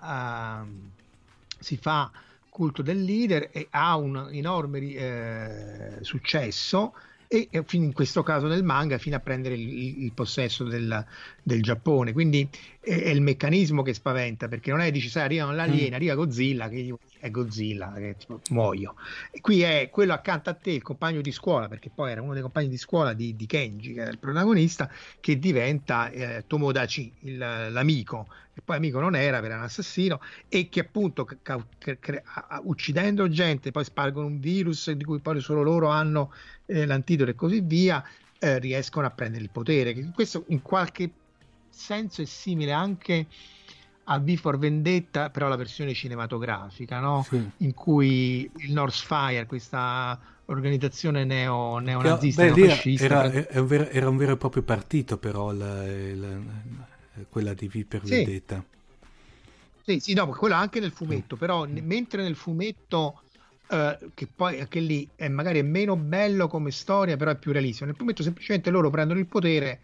Speaker 7: fa uh, si fa culto del leader e ha un enorme eh, successo, e, e fino in questo caso nel manga fino a prendere il, il possesso del, del Giappone, quindi è, è il meccanismo che spaventa, perché non è dici sai arriva l'aliena, arriva Godzilla, che io, è Godzilla, che tipo, muoio, e qui è quello accanto a te, il compagno di scuola, perché poi era uno dei compagni di scuola di, di Kenji, che era il protagonista, che diventa eh, Tomodachi, il, l'amico, e poi amico non era, era un assassino, e che appunto ca- ca- ca- uccidendo gente poi spargono un virus di cui poi solo loro hanno eh, l'antidoto e così via, eh, riescono a prendere il potere. Questo in qualche senso è simile anche a V for Vendetta, però la versione cinematografica, no?
Speaker 6: Sì.
Speaker 7: In cui il Northfire, questa organizzazione neo, neonazista,
Speaker 6: Beh, lì
Speaker 7: neofascista,
Speaker 6: era,
Speaker 7: prende...
Speaker 6: era, un vero, era un vero e proprio partito, però la, la, quella di V per
Speaker 7: Sì.
Speaker 6: Vendetta.
Speaker 7: Sì, sì, no, quello anche nel fumetto, però n- mentre nel fumetto eh, che poi anche lì è magari è meno bello come storia, però è più realistico. Nel fumetto semplicemente loro prendono il potere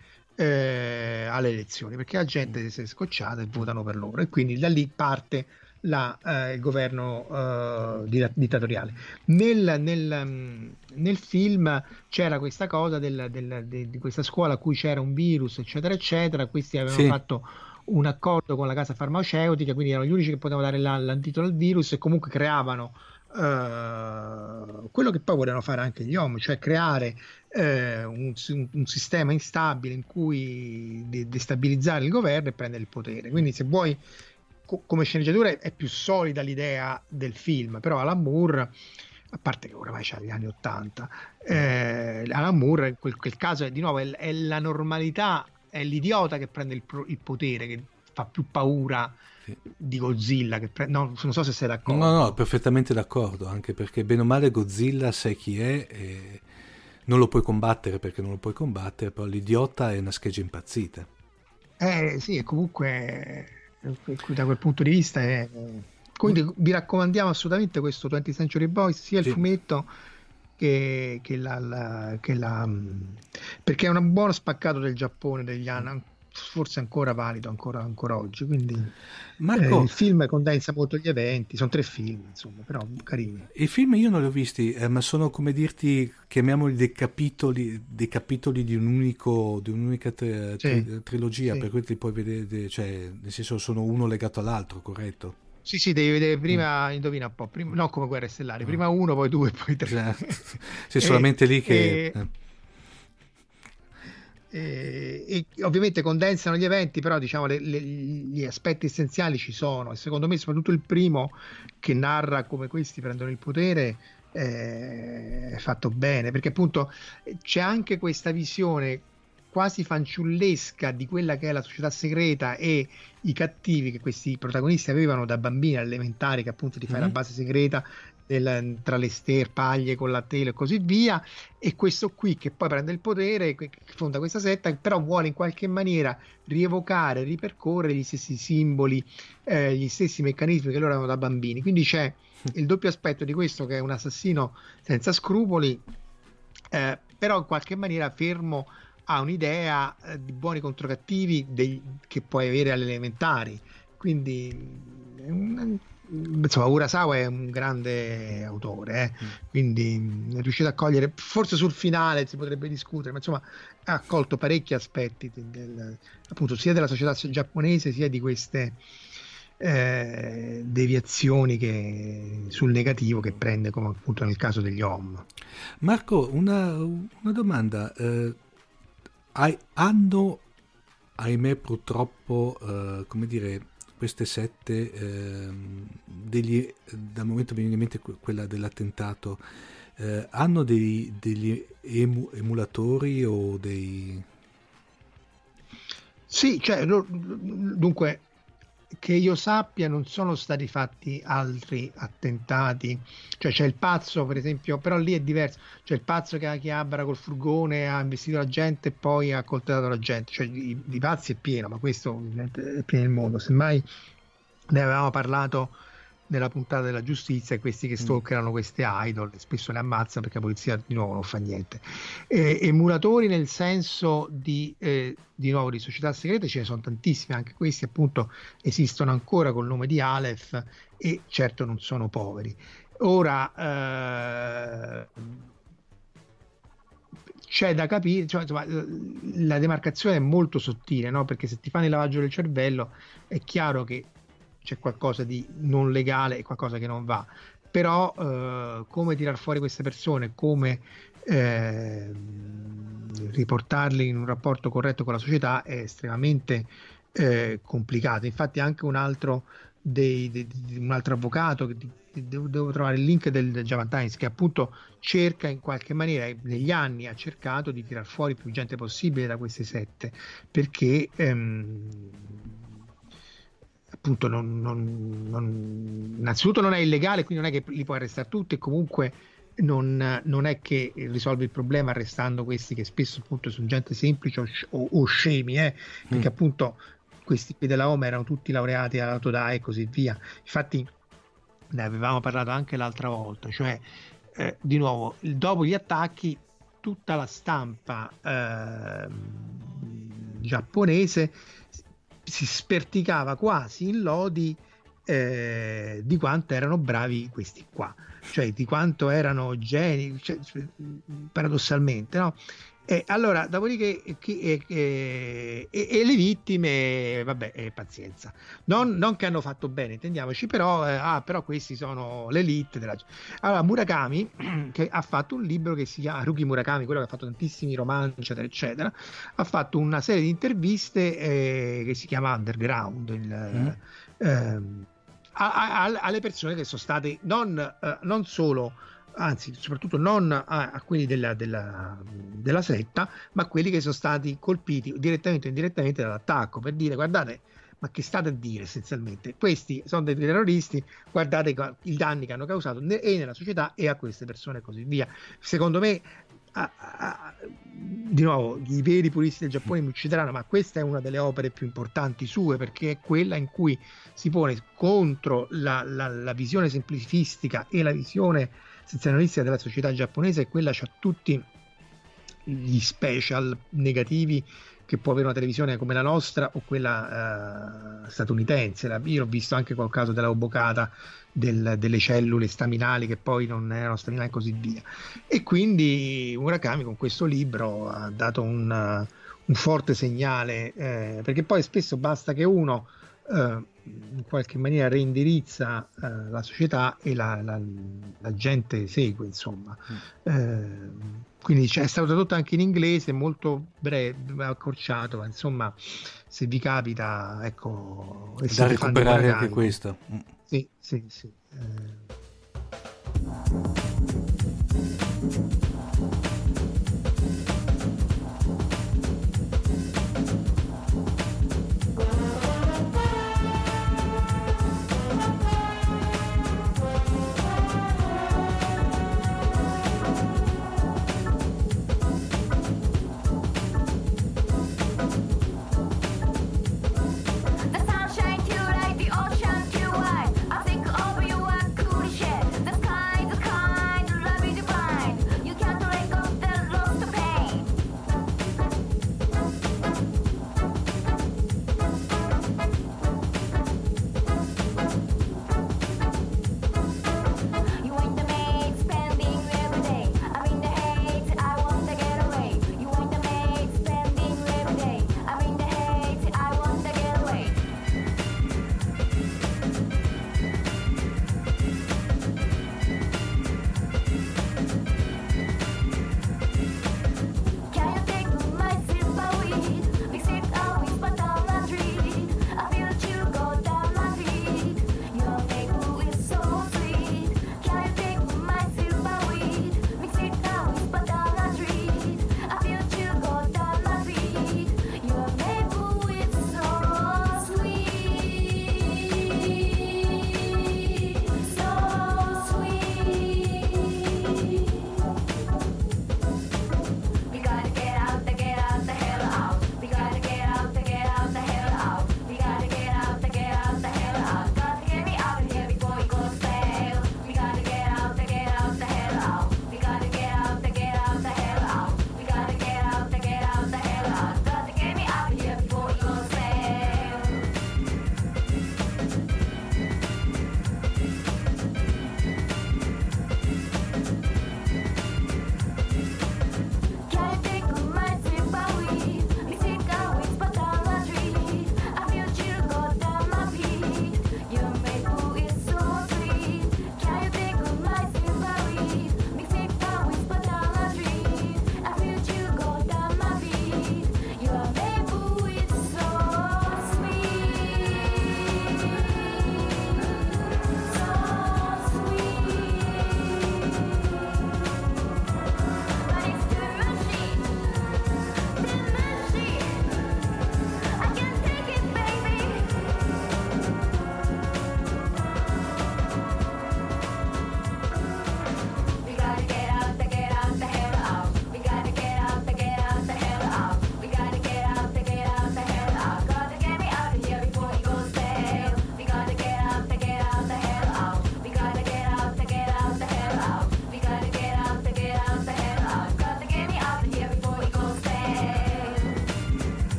Speaker 7: eh, alle elezioni, perché la gente si è scocciata e votano per loro, e quindi da lì parte la, eh, il governo eh, di- dittatoriale. Nel, nel, mm, nel film c'era questa cosa del, del- de- di questa scuola a cui c'era un virus, eccetera, eccetera. Questi avevano
Speaker 6: Sì.
Speaker 7: fatto un accordo con la casa farmaceutica, quindi erano gli unici che potevano dare la- l'antidoto al virus, e comunque creavano eh, quello che poi volevano fare anche gli uomini, cioè creare eh, un, un- un sistema instabile in cui de- destabilizzare il governo e prendere il potere. Quindi se vuoi co- come sceneggiatura è, è più solida l'idea del film, però Alan Moore, a parte che oramai c'ha gli anni ottanta, eh, Alan Moore in quel, quel caso è di nuovo è, è la normalità, è l'idiota che prende il, pro- il potere, che fa più paura
Speaker 6: Sì.
Speaker 7: di Godzilla, che pre- no, non so se sei d'accordo.
Speaker 6: No, no, perfettamente d'accordo, anche perché bene o male Godzilla sai chi è, e non lo puoi combattere perché non lo puoi combattere, però l'idiota è una scheggia impazzita.
Speaker 7: Eh sì, e comunque eh, da quel punto di vista è... Quindi vi raccomandiamo assolutamente questo twentieth Century Boys, sia il
Speaker 6: Sì.
Speaker 7: fumetto che, che, la, la, che la... perché è un buono spaccato del Giappone degli anni, forse ancora valido ancora, ancora oggi, quindi
Speaker 6: Marco,
Speaker 7: eh, il film condensa molto gli eventi, sono tre film insomma, però carini.
Speaker 6: i film io non li ho visti, eh, ma sono, come dirti, chiamiamoli dei capitoli, dei capitoli di un unico, di un'unica tri-
Speaker 7: Sì.
Speaker 6: tri- trilogia,
Speaker 7: Sì.
Speaker 6: per cui li puoi vedere, cioè, nel senso sono uno legato all'altro, corretto?
Speaker 7: Sì, sì, devi vedere prima, indovina un po', prima, no come Guerre Stellari, prima uno, poi due, poi tre.
Speaker 6: Esatto. Sì, solamente lì che...
Speaker 7: e-
Speaker 6: eh.
Speaker 7: E, e ovviamente condensano gli eventi, però diciamo le- le- gli aspetti essenziali ci sono, e secondo me soprattutto il primo, che narra come questi prendono il potere, eh, è fatto bene, perché appunto c'è anche questa visione quasi fanciullesca di quella che è la società segreta e i cattivi che questi protagonisti avevano da bambini elementari, che appunto ti fai
Speaker 6: Mhm.
Speaker 7: la base segreta del, tra le sterpaglie con la tela e così via, e questo qui che poi prende il potere, che fonda questa setta, però vuole in qualche maniera rievocare, ripercorrere gli stessi simboli, eh, gli stessi meccanismi che loro avevano da bambini. Quindi c'è il doppio aspetto di questo, che è un assassino senza scrupoli, eh, però in qualche maniera fermo a un'idea eh, di buoni contro cattivi dei, che puoi avere alle elementari. Quindi un, insomma Urasawa è un grande autore, eh? Quindi è riuscito a cogliere, forse sul finale si potrebbe discutere, ma insomma ha colto parecchi aspetti del, appunto sia della società giapponese sia di queste eh, deviazioni che, sul negativo che prende, come appunto nel caso degli Hom.
Speaker 6: Marco, una, una domanda, eh, hai, hanno ahimè purtroppo eh, come dire queste sette, eh, degli, dal momento che mi viene in mente quella dell'attentato, eh, hanno dei, degli emu, emulatori o dei...
Speaker 7: Sì, cioè, dunque, che io sappia non sono stati fatti altri attentati, cioè c'è il pazzo per esempio, però lì è diverso, c'è il pazzo che a Chiabara col furgone ha investito la gente e poi ha accoltellato la gente, cioè di, di pazzi è pieno, ma questo ovviamente è pieno il mondo. Semmai ne avevamo parlato nella puntata della giustizia, e questi che stalkerano queste idol spesso le ammazza perché la polizia di nuovo non fa niente. Eh, emulatori nel senso di eh, di nuovo di società segrete ce ne sono tantissime, anche questi appunto esistono ancora col nome di Aleph e certo non sono poveri. Ora eh, c'è da capire, cioè, insomma, la demarcazione è molto sottile, no? Perché se ti fanno il lavaggio del cervello è chiaro che c'è qualcosa di non legale e qualcosa che non va, però eh, come tirar fuori queste persone, come eh, riportarli in un rapporto corretto con la società è estremamente eh, complicato. Infatti anche un altro dei, dei, di un altro avvocato che devo, devo trovare il link del Japan Times, che appunto cerca in qualche maniera, negli anni ha cercato di tirar fuori più gente possibile da queste sette, perché ehm, appunto non, non, non, innanzitutto non è illegale, quindi non è che li puoi arrestare tutti, e comunque non, non è che risolve il problema arrestando questi che spesso appunto sono gente semplice o, o, o scemi, eh, perché mm. appunto questi qui della Hom erano tutti laureati all'Autodai e così via. Infatti ne avevamo parlato anche l'altra volta, cioè eh, di nuovo dopo gli attacchi tutta la stampa eh, giapponese si sperticava quasi in lodi eh, di quanto erano bravi questi qua, cioè di quanto erano geni, cioè, paradossalmente, no? E allora, dopodiché, chi, e, e, e le vittime, vabbè, eh, pazienza, non, non che hanno fatto bene, intendiamoci, però, eh, ah, però questi sono l'elite della... Allora, Murakami, che ha fatto un libro che si chiama, Haruki Murakami, quello che ha fatto tantissimi romanzi, eccetera, eccetera, ha fatto una serie di interviste eh, che si chiama Underground, il, mm. ehm, a, a, a, alle persone che sono state non, eh, non solo... anzi soprattutto non a, a quelli della, della, della setta, ma a quelli che sono stati colpiti direttamente o indirettamente dall'attacco, per dire guardate, ma che state a dire essenzialmente, questi sono dei terroristi, guardate i danni che hanno causato ne, e nella società e a queste persone e così via. Secondo me a, a, di nuovo i veri puristi del Giappone mi uccideranno, ma questa è una delle opere più importanti sue, perché è quella in cui si pone contro la, la, la visione semplicistica e la visione sensazionalistica della società giapponese, e quella c'ha tutti gli special negativi che può avere una televisione come la nostra o quella eh, statunitense. Io ho visto anche quel caso della obocata del, delle cellule staminali che poi non erano staminali e così via, e quindi Murakami con questo libro ha dato un, un forte segnale, eh, perché poi spesso basta che uno eh, in qualche maniera reindirizza eh, la società e la, la, la gente segue, insomma. Mm. Eh, quindi cioè, è stato tradotto anche in inglese, molto breve, accorciato, ma insomma se vi capita, ecco, e
Speaker 6: da recuperare anche questo.
Speaker 7: Sì, sì, sì. Eh.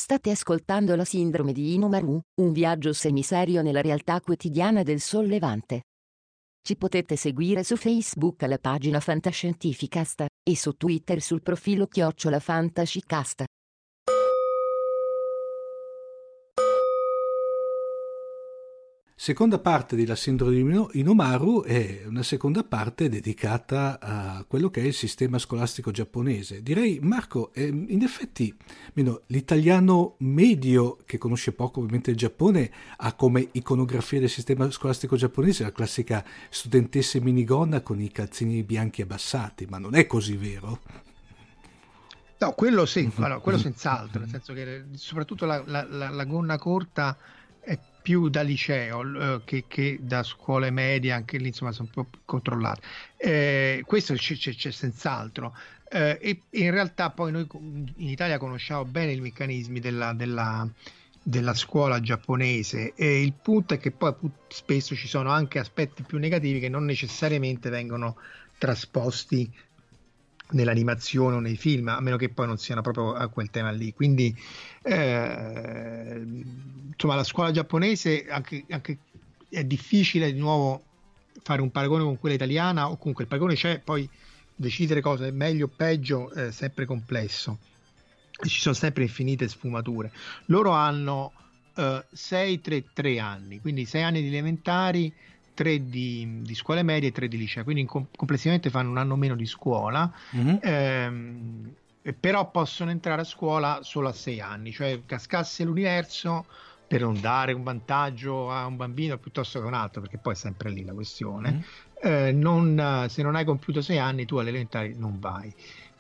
Speaker 5: State ascoltando La sindrome di Inomaru, un viaggio semiserio nella realtà quotidiana del sollevante. Ci potete seguire su Facebook alla pagina Fantascientificast e su Twitter sul profilo chiocciola Fantascicast.
Speaker 6: Seconda parte di La sindrome di Inomaru è una seconda parte dedicata a quello che è il sistema scolastico giapponese. Direi, Marco, eh, in effetti meno, l'italiano medio, che conosce poco ovviamente il Giappone, ha come iconografia del sistema scolastico giapponese la classica studentessa in minigonna con i calzini bianchi abbassati, ma non è così, vero?
Speaker 7: No, quello sì, allora, quello senz'altro, nel senso che soprattutto la, la, la, la gonna corta è più da liceo eh, che, che da scuole medie, anche lì insomma sono un po' più controllate. Eh, questo c'è, c'è, c'è senz'altro. Eh, e, e in realtà poi noi in Italia conosciamo bene i meccanismi della, della, della scuola giapponese, e il punto è che poi spesso ci sono anche aspetti più negativi che non necessariamente vengono trasposti nell'animazione o nei film, a meno che poi non siano proprio a quel tema lì. Quindi eh, insomma la scuola giapponese anche, anche è difficile di nuovo fare un paragone con quella italiana, o comunque il paragone c'è, poi decidere cosa è meglio o peggio è sempre complesso e ci sono sempre infinite sfumature. Loro hanno sei tre tre anni, quindi sei anni di elementari, tre di, di scuole medie e tre di liceo, quindi com- complessivamente fanno un anno meno di scuola, mm-hmm. ehm, però possono entrare a scuola solo a sei anni, cioè cascasse l'universo, per non dare un vantaggio a un bambino piuttosto che a un altro, perché poi è sempre lì la questione, mm-hmm. eh, non, se non hai compiuto sei anni tu alle elementari non vai,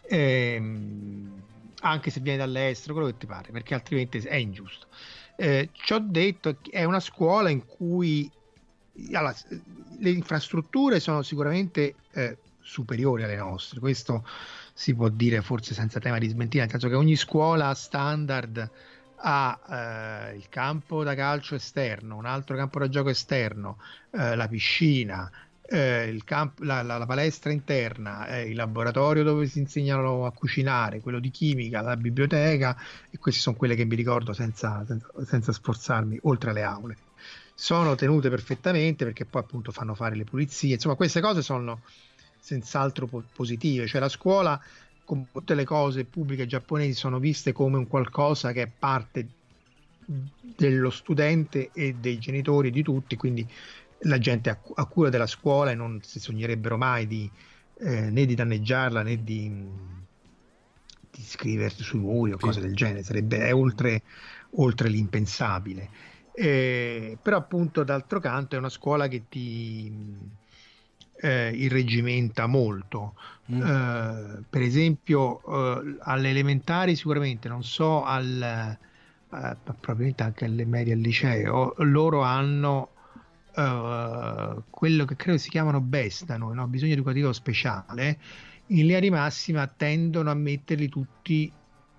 Speaker 7: ehm, anche se vieni dall'estero, quello che ti pare, perché altrimenti è ingiusto. Eh, ci ho detto, è una scuola in cui allora, le infrastrutture sono sicuramente eh, superiori alle nostre, questo si può dire forse senza tema di smentita, nel senso che ogni scuola standard ha eh, il campo da calcio esterno, un altro campo da gioco esterno, eh, la piscina, eh, il campo, la, la, la palestra interna, eh, il laboratorio dove si insegnano a cucinare, quello di chimica, la biblioteca, e queste sono quelle che mi ricordo senza, senza, senza sforzarmi, oltre alle aule. Sono tenute perfettamente perché poi appunto fanno fare le pulizie, insomma queste cose sono senz'altro po- positive, cioè la scuola, come tutte le cose pubbliche giapponesi, sono viste come un qualcosa che è parte dello studente e dei genitori di tutti, quindi la gente ha, ha cura della scuola e non si sognerebbero mai di eh, né di danneggiarla né di, di scriversi sui muri o cose del genere, sarebbe è oltre, oltre l'impensabile. Eh, però appunto d'altro canto è una scuola che ti eh, irreggimenta molto, mm. eh, per esempio eh, alle elementari sicuramente, non so al, eh, probabilmente anche alle medie e al liceo, loro hanno eh, quello che credo si chiamano BES da noi, no? Bisogno educativo speciale. In linea di massima tendono a metterli tutti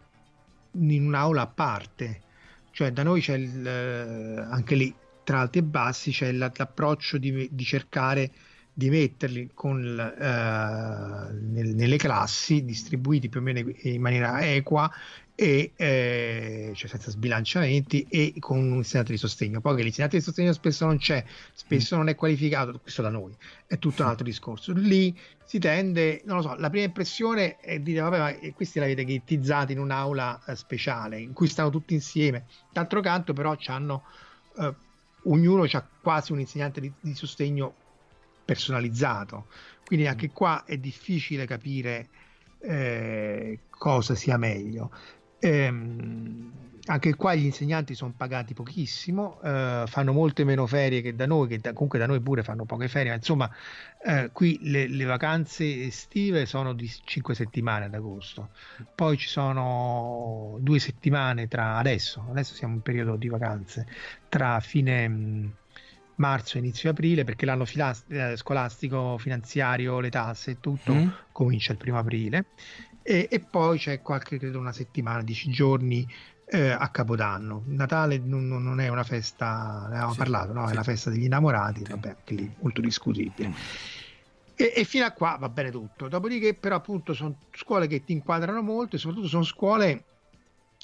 Speaker 7: in un'aula a parte. Cioè da noi c'è il, eh, anche lì tra alti e bassi c'è l'approccio di, di cercare di metterli con, eh, nel, nelle classi distribuiti più o meno in maniera equa e eh, cioè senza sbilanciamenti e con un insegnante di sostegno. Poi che l'insegnante di sostegno spesso non c'è, spesso non è qualificato, questo da noi è tutto un altro discorso. Lì si tende, non lo so, la prima impressione è dire vabbè, ma questi l'avete ghettizzati in un'aula eh, speciale in cui stanno tutti insieme. D'altro canto però c'hanno eh, ognuno c'ha quasi un insegnante di, di sostegno personalizzato, quindi anche qua è difficile capire eh, cosa sia meglio. Ehm, anche qua gli insegnanti sono pagati pochissimo, eh, fanno molte meno ferie che da noi, che da, comunque da noi pure fanno poche ferie, ma insomma eh, qui le, le vacanze estive sono di cinque settimane ad agosto, poi ci sono due settimane tra adesso, adesso siamo in periodo di vacanze, tra fine mh, marzo e inizio aprile, perché l'anno filas- eh, scolastico, finanziario, le tasse e tutto mm. comincia il primo aprile. E, e poi c'è qualche, credo una settimana, dieci giorni eh, a Capodanno. Natale non, non è una festa, ne avevamo sì, parlato, no? Sì. È la festa degli innamorati, sì. Vabbè, anche lì molto discutibile. Mm. E, e fino a qua va bene tutto. Dopodiché però appunto sono scuole che ti inquadrano molto e soprattutto sono scuole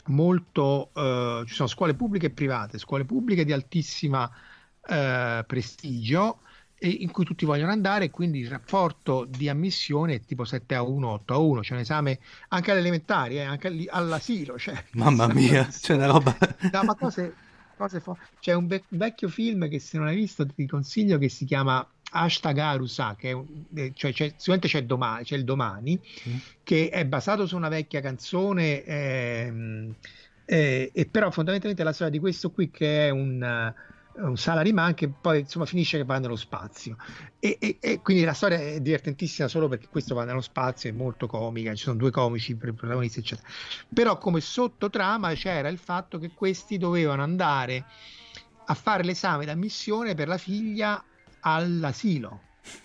Speaker 7: molto, eh, ci sono scuole pubbliche e private, scuole pubbliche di altissima eh, prestigio e in cui tutti vogliono andare, quindi il rapporto di ammissione è tipo sette a uno, otto a uno, c'è un esame anche alle elementari, eh, anche lì, all'asilo, cioè,
Speaker 6: mamma mia, c'è una roba
Speaker 7: no, ma cose, cose fo- c'è un ve- vecchio film che se non hai visto ti consiglio, che si chiama Hashtag Arusa, che è un, eh, cioè c'è, sicuramente c'è domani, c'è il domani,
Speaker 6: Mm.
Speaker 7: che è basato su una vecchia canzone, ehm, eh, e però fondamentalmente la storia di questo qui che è un, eh, un salaryman che poi insomma finisce che va nello spazio e, e- e quindi la storia è divertentissima solo perché questo va nello spazio, è molto comica, ci sono due comici per protagonisti eccetera, però come sottotrama c'era il fatto che questi dovevano andare a fare l'esame d'ammissione per la figlia all'asilo.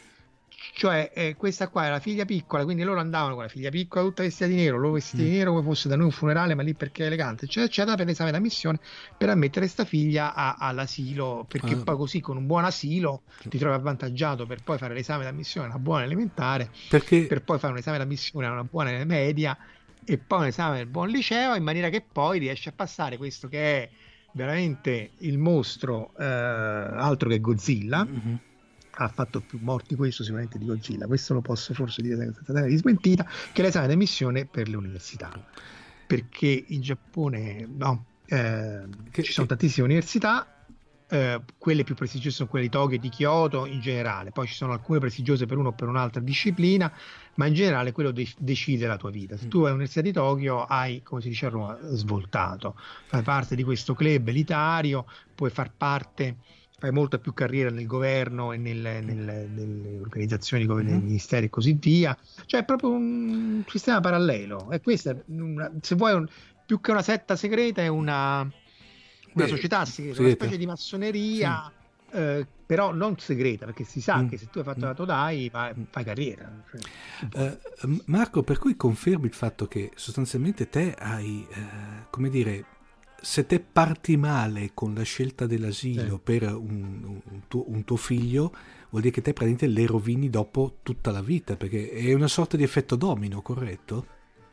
Speaker 7: Cioè, eh, questa qua è la figlia piccola, quindi loro andavano con la figlia piccola tutta vestita di nero, loro vestiti di nero come fosse da noi un funerale, ma lì perché è elegante, eccetera, eccetera, per l'esame d'ammissione per ammettere sta figlia a- all'asilo, perché
Speaker 6: Ah.
Speaker 7: poi così con un buon asilo ti trovi avvantaggiato per poi fare l'esame d'ammissione a una buona elementare,
Speaker 6: perché
Speaker 7: per poi fare un esame d'ammissione a una buona media e poi un esame del buon liceo, in maniera che poi riesci a passare questo che è veramente il mostro, eh, altro che Godzilla.
Speaker 6: Mhm.
Speaker 7: Ha fatto più morti questo sicuramente di Godzilla, questo lo posso forse dire senza tentare di smentita, che è l'esame d'ammissione per le università, perché in Giappone no, eh,
Speaker 6: Che-
Speaker 7: ci sono
Speaker 6: che-
Speaker 7: tantissime università, eh, quelle più prestigiose sono quelle di Tokyo e di Kyoto in generale, poi ci sono alcune prestigiose per uno o per un'altra disciplina, ma in generale quello de- decide la tua vita. Se tu vai all'università di Tokyo hai, come si dice a Roma, svoltato, fai parte di questo club elitario, puoi far parte, fai molta più carriera nel governo e nel- nel- nelle organizzazioni, come nei
Speaker 6: Mhm.
Speaker 7: ministeri e così via, cioè è proprio un sistema parallelo, e questa è una- se vuoi un- più che una setta segreta è una, una
Speaker 6: Beh,
Speaker 7: società segreta,
Speaker 6: segreta.
Speaker 7: una specie di massoneria, eh, però non segreta, perché si sa
Speaker 6: Mm.
Speaker 7: che se tu hai fatto
Speaker 6: Mm.
Speaker 7: la Todai vai- fai carriera. Cioè,
Speaker 6: Eh, M- Marco, per cui confermi il fatto che sostanzialmente te hai, eh, come dire, se te parti male con la scelta dell'asilo
Speaker 7: Sì.
Speaker 6: per un, un tuo, un tuo figlio, vuol dire che te praticamente le rovini dopo tutta la vita, perché è una sorta di effetto domino, corretto?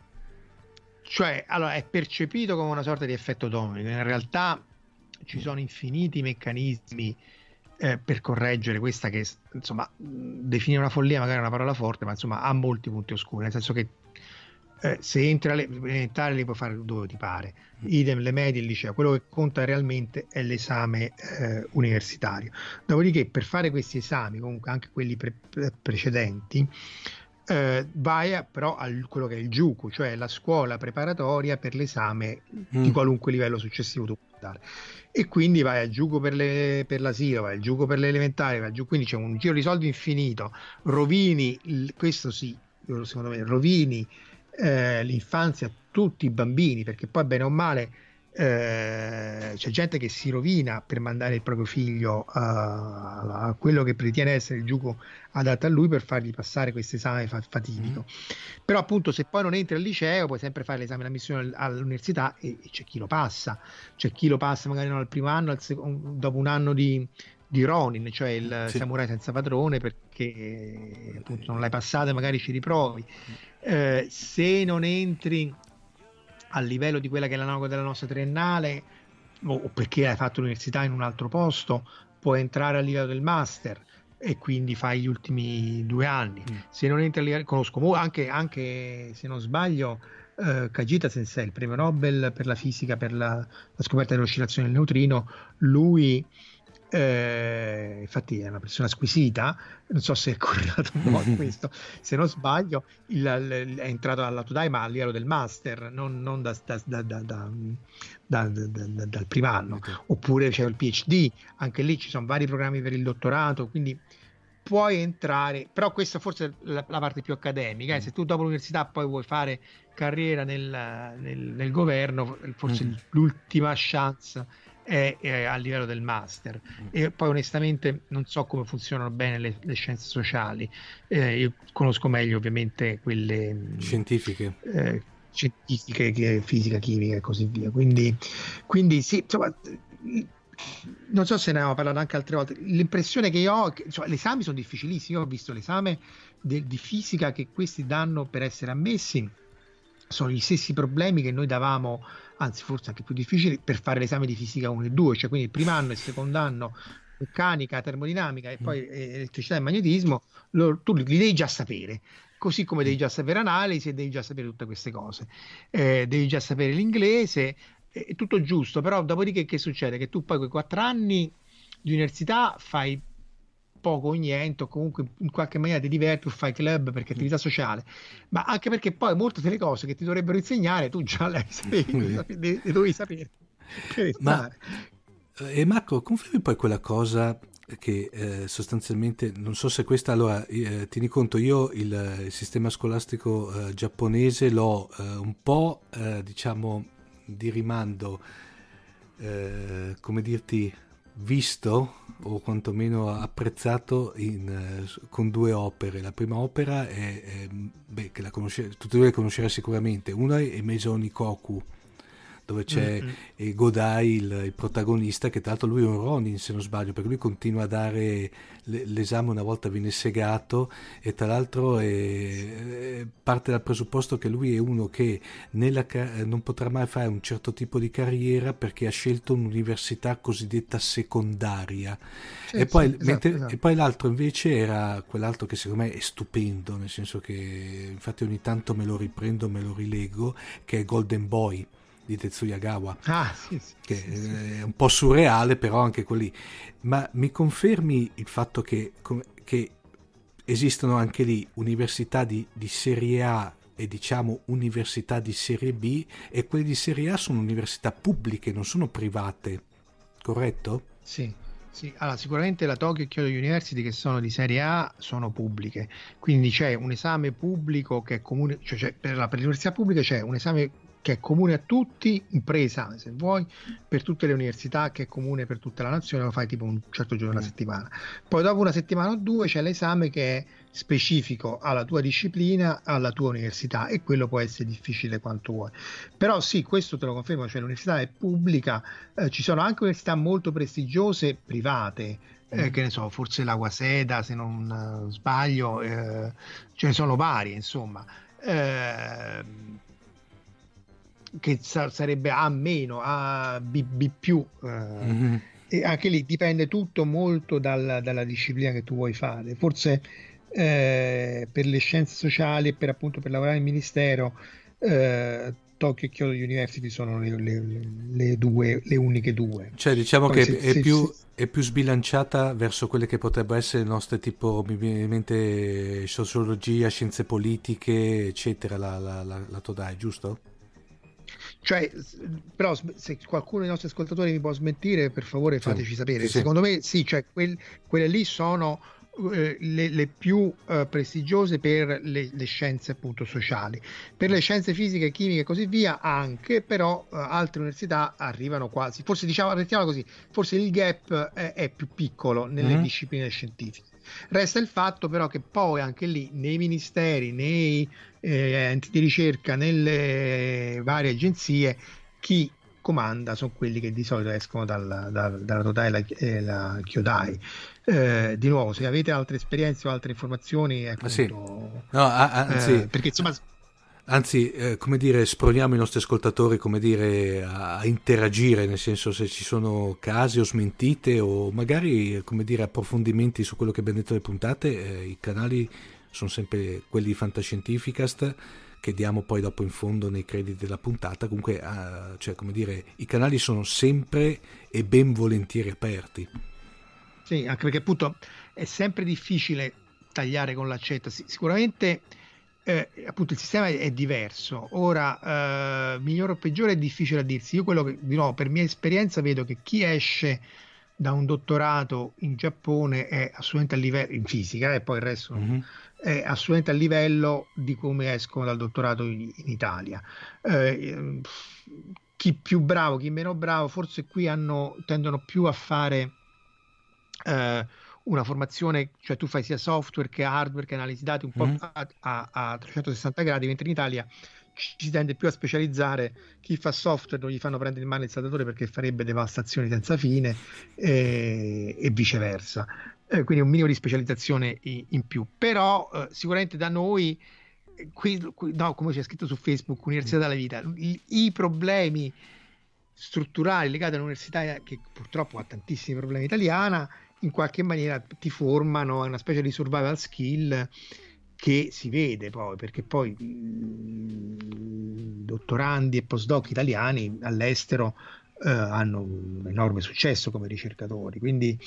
Speaker 7: Cioè, allora è percepito come una sorta di effetto domino, in realtà ci sono infiniti meccanismi eh, per correggere questa che, insomma, mh, definire una follia magari è una parola forte, ma insomma ha molti punti oscuri, nel senso che eh, se entri alle elementari li puoi fare dove ti pare, idem le medie, il liceo, quello che conta realmente è l'esame eh, universitario. Dopodiché per fare questi esami, comunque anche quelli pre- pre- precedenti, eh, vai a, però a quello che è il Juku, cioè la scuola preparatoria per l'esame
Speaker 6: Mm.
Speaker 7: di qualunque livello successivo tu puoi dare, e quindi vai al Juku per, le, per l'asilo, vai al Juku per le elementari, vai al Juku, quindi c'è un giro di soldi infinito, rovini il- questo sì, secondo me rovini eh, l'infanzia a tutti i bambini, perché poi bene o male eh, c'è gente che si rovina per mandare il proprio figlio a, a quello che ritiene essere il gioco adatto a lui per fargli passare questo esame fa- fatidico. Però appunto se poi non entri al liceo puoi sempre fare l'esame d'ammissione all'università e, e c'è chi lo passa, c'è chi lo passa magari non al primo anno, al secondo, dopo un anno di, di Ronin, cioè il
Speaker 6: Sì.
Speaker 7: samurai senza padrone, perché appunto non l'hai passato e magari ci riprovi. Eh, se non entri a livello di quella che è l'analogo della nostra triennale, o, o perché hai fatto l'università in un altro posto, puoi entrare a livello del master e quindi fai gli ultimi due anni.
Speaker 6: Mm.
Speaker 7: Se non entri a livello, conosco mo- anche, anche se non sbaglio, eh, Kajita Sensei, il premio Nobel per la fisica, per la, la scoperta dell'oscillazione del neutrino, lui eh, infatti è una persona squisita, non so se è correlato un po' a questo, se non sbaglio il, il- è entrato alla Todai ma a livello del master, non, non da, da, da, da, da, da- da- da- dal primo anno.
Speaker 6: Ok.
Speaker 7: Oppure c'è il PhD, anche lì ci sono vari programmi per il dottorato, quindi puoi entrare, però questa forse è la, la parte più accademica, eh. Se tu dopo l'università poi vuoi fare carriera nel, nel, nel governo, forse
Speaker 6: Mm.
Speaker 7: l'ultima chance è, è a livello del master. E poi onestamente non so come funzionano bene le, le scienze sociali. Eh, io conosco meglio ovviamente quelle mh,
Speaker 6: Scientifiche.
Speaker 7: eh, scientifiche, che- fisica, chimica e così via. Quindi, quindi sì, insomma, non so se ne avevamo parlato anche altre volte. L'impressione che io ho è che insomma, gli esami sono difficilissimi. Io ho visto l'esame de- di fisica che questi danno per essere ammessi, sono gli stessi problemi che noi davamo, anzi forse anche più difficili, per fare l'esame di fisica uno e due, cioè quindi il primo anno e il secondo anno meccanica, termodinamica e poi elettricità e magnetismo, lo, tu li devi già sapere, così come devi già sapere analisi e devi già sapere tutte queste cose, eh, devi già sapere l'inglese, è tutto giusto, però dopodiché che succede? Che tu poi quei quattro anni di università fai poco o niente, o comunque in qualche maniera ti diverti o fai club perché attività sociale, ma anche perché poi molte delle cose che ti dovrebbero insegnare tu già le sapevi, le, le dovevi sapere per
Speaker 6: ma e Marco, confermi poi quella cosa che eh, sostanzialmente, non so se questa, allora eh, tieni conto, io il, il sistema scolastico eh, giapponese l'ho eh, un po' eh, diciamo di rimando, eh, come dirti, visto o quantomeno apprezzato in, eh, con due opere. La prima opera è, è beh, che la conosce, tutti voi la conoscerete sicuramente, una è Maison Ikkoku, dove c'è mm-hmm. Godai, il, il protagonista, che tra l'altro lui è un Ronin se non sbaglio, perché lui continua a dare l'esame una volta viene segato, e tra l'altro è, parte dal presupposto che lui è uno che nella, non potrà mai fare un certo tipo di carriera perché ha scelto un'università cosiddetta secondaria. Sì, e, poi, sì, mentre, esatto, esatto. e poi l'altro invece era quell'altro che secondo me è stupendo, nel senso che infatti ogni tanto me lo riprendo, me lo rilego, che è Golden Boy di Tetsuya Gawa,
Speaker 7: ah, sì, sì,
Speaker 6: che
Speaker 7: sì, sì.
Speaker 6: è un po' surreale, però anche quelli. Ma mi confermi il fatto che, che esistono anche lì università di, di serie A e diciamo università di serie B, e quelle di serie A sono università pubbliche, non sono private, corretto?
Speaker 7: Sì. Sì, allora sicuramente la Tokyo e Kyoto University, che sono di serie A, sono pubbliche, quindi c'è un esame pubblico che è comune, cioè, cioè per, la, per le università pubbliche c'è un esame che è comune a tutti, un preesame se vuoi, per tutte le università, che è comune per tutta la nazione, lo fai tipo un certo giorno alla settimana. Poi dopo una settimana o due c'è l'esame che è specifico alla tua disciplina, alla tua università, e quello può essere difficile quanto vuoi. Però sì, questo te lo confermo, cioè l'università è pubblica, eh, ci sono anche università molto prestigiose private, eh, che ne so, forse la Waseda se non uh, sbaglio, eh, ce ne sono varie, insomma. Eh, che sa- sarebbe A meno, A B, B più, eh, mm-hmm. e anche lì dipende tutto molto dal, dalla disciplina che tu vuoi fare. Forse eh, per le scienze sociali e per appunto per lavorare nel ministero, eh, Tokyo e Kyoto University sono le, le, le due, le uniche due.
Speaker 6: Cioè diciamo
Speaker 7: Poi
Speaker 6: che
Speaker 7: se,
Speaker 6: è,
Speaker 7: se,
Speaker 6: più,
Speaker 7: se,
Speaker 6: è più sbilanciata verso quelle che potrebbero essere le nostre, tipo mi viene in mente sociologia, scienze politiche eccetera, la, la, la, la Todai, giusto?
Speaker 7: Cioè, però se qualcuno dei nostri ascoltatori mi può smentire, per favore fateci
Speaker 6: sì,
Speaker 7: sapere.
Speaker 6: sì,
Speaker 7: Secondo
Speaker 6: sì.
Speaker 7: me sì, cioè quel, quelle lì sono eh, le, le più eh, prestigiose per le, le scienze appunto sociali. Per le scienze fisiche, chimiche e così via anche, però eh, altre università arrivano quasi, forse diciamo, mettiamola così, forse il gap è, è più piccolo nelle mm-hmm. discipline scientifiche. Resta il fatto però che poi anche lì nei ministeri, nei eh, enti di ricerca, nelle varie agenzie, chi comanda sono quelli che di solito escono dal, dal, dalla Todai e la, e la Kyodai. Eh, di nuovo, se avete altre esperienze o altre informazioni, appunto,
Speaker 6: ah, sì. no, anzi,
Speaker 7: eh, perché insomma
Speaker 6: Anzi, eh, come dire, sproniamo i nostri ascoltatori, come dire, a, a interagire, nel senso, se ci sono casi o smentite o magari, come dire, approfondimenti su quello che abbiamo detto nelle puntate, eh, i canali sono sempre quelli di Fantascientificast, che diamo poi dopo in fondo nei crediti della puntata. Comunque, eh, cioè, come dire, i canali sono sempre e ben volentieri aperti.
Speaker 7: Sì, anche perché appunto è sempre difficile tagliare con l'accetta. Sì, sicuramente eh, appunto il sistema è diverso. Ora, eh, migliore o peggiore è difficile a dirsi. Io quello che, di nuovo, per mia esperienza vedo che chi esce da un dottorato in Giappone è assolutamente a livello, in fisica, e poi il resto mm-hmm. è assolutamente a livello di come escono dal dottorato in, in Italia. Eh, chi più bravo, chi meno bravo, forse qui hanno, tendono più a fare eh, una formazione, cioè tu fai sia software che hardware che analisi dati un mm-hmm. po' a, a, a trecentosessanta gradi, mentre in Italia ci si tende più a specializzare. Chi fa software non gli fanno prendere in mano il saldatore perché farebbe devastazioni senza fine, e, e viceversa, eh, quindi un minimo di specializzazione in, in più. Però eh, sicuramente da noi qui, qui, no, come c'è scritto su Facebook, Università della Vita, i, i problemi strutturali legati all'università, che purtroppo ha tantissimi problemi italiana, in qualche maniera ti formano a una specie di survival skill che si vede poi, perché poi mh, dottorandi e postdoc italiani all'estero eh, hanno un enorme successo come ricercatori, quindi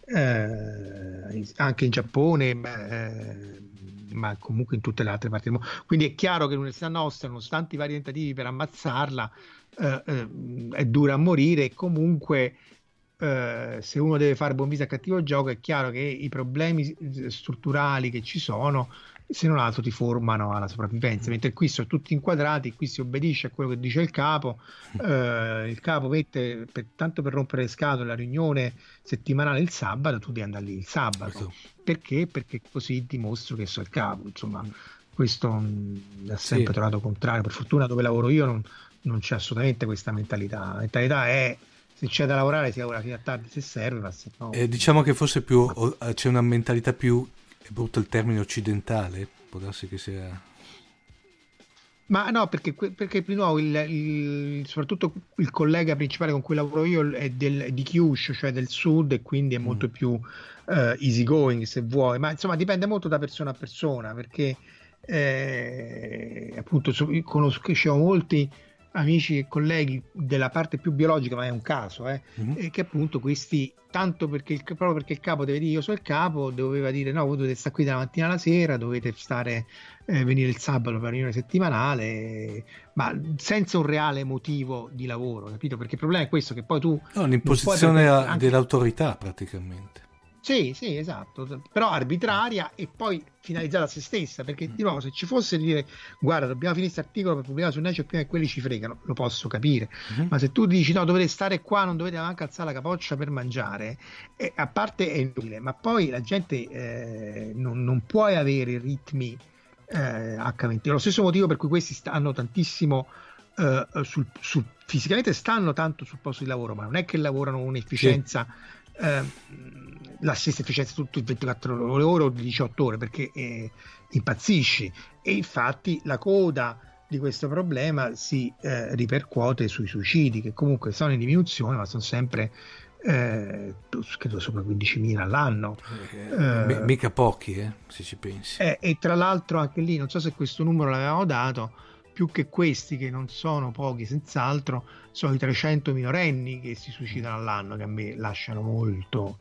Speaker 7: eh, anche in Giappone, eh, ma comunque in tutte le altre parti del mondo. Quindi è chiaro che l'università nostra, nonostante i vari tentativi per ammazzarla, eh, eh, è dura a morire, e comunque eh, se uno deve fare buon viso a cattivo gioco, è chiaro che i problemi strutturali che ci sono, se non altro, ti formano alla sopravvivenza, mentre qui sono tutti inquadrati, qui si obbedisce a quello che dice il capo, eh, il capo mette, per, tanto per rompere le scatole, la riunione settimanale il sabato, tu devi andare lì il sabato, perché? Perché così dimostro che sono il capo, insomma, questo mh, ha sempre sì. trovato contrario. Per fortuna dove lavoro io non, non c'è assolutamente questa mentalità, la mentalità è: se c'è da lavorare si lavora fino a tardi se serve, ma se no...
Speaker 6: Eh, diciamo che forse più c'è una mentalità più, è brutto il termine, occidentale, può darsi che sia...
Speaker 7: Ma no, perché, perché di nuovo il, il, soprattutto il collega principale con cui lavoro io è, del, è di Kyushu, cioè del sud, e quindi è molto mm. più uh, easy going, se vuoi, ma insomma dipende molto da persona a persona, perché eh, appunto conoscevo molti amici e colleghi della parte più biologica, ma è un caso, eh, mm-hmm. e che appunto questi, tanto perché il, proprio perché il capo deve dire io sono il capo, doveva dire no, voi dovete stare qui dalla mattina alla sera, dovete stare eh, venire il sabato per la riunione settimanale, ma senza un reale motivo di lavoro, capito? Perché il problema è questo, che poi tu
Speaker 6: no, un'imposizione anche... dell'autorità praticamente.
Speaker 7: Sì, sì, esatto, però arbitraria e poi finalizzata a se stessa, perché di nuovo se ci fosse di dire guarda dobbiamo finire questo articolo per pubblicare su Nature prima che quelli ci fregano, lo posso capire, uh-huh. ma se tu dici no, dovete stare qua, non dovete neanche alzare la capoccia per mangiare, eh, a parte è inutile, ma poi la gente eh, non, non puoi avere ritmi eh, acca venti. È lo stesso motivo per cui questi stanno tantissimo eh, sul, sul, fisicamente stanno tanto sul posto di lavoro, ma non è che lavorano con un'efficienza sì. eh, la stessa efficienza tutto il ventiquattro ore o diciotto ore, perché eh, impazzisci, e infatti la coda di questo problema si eh, ripercuote sui suicidi, che comunque sono in diminuzione, ma sono sempre eh, credo sopra quindicimila all'anno,
Speaker 6: eh, eh, mica pochi eh, se ci pensi,
Speaker 7: eh, e tra l'altro anche lì non so se questo numero l'avevamo dato, più che questi, che non sono pochi senz'altro, sono i trecento minorenni che si suicidano all'anno, che a me lasciano molto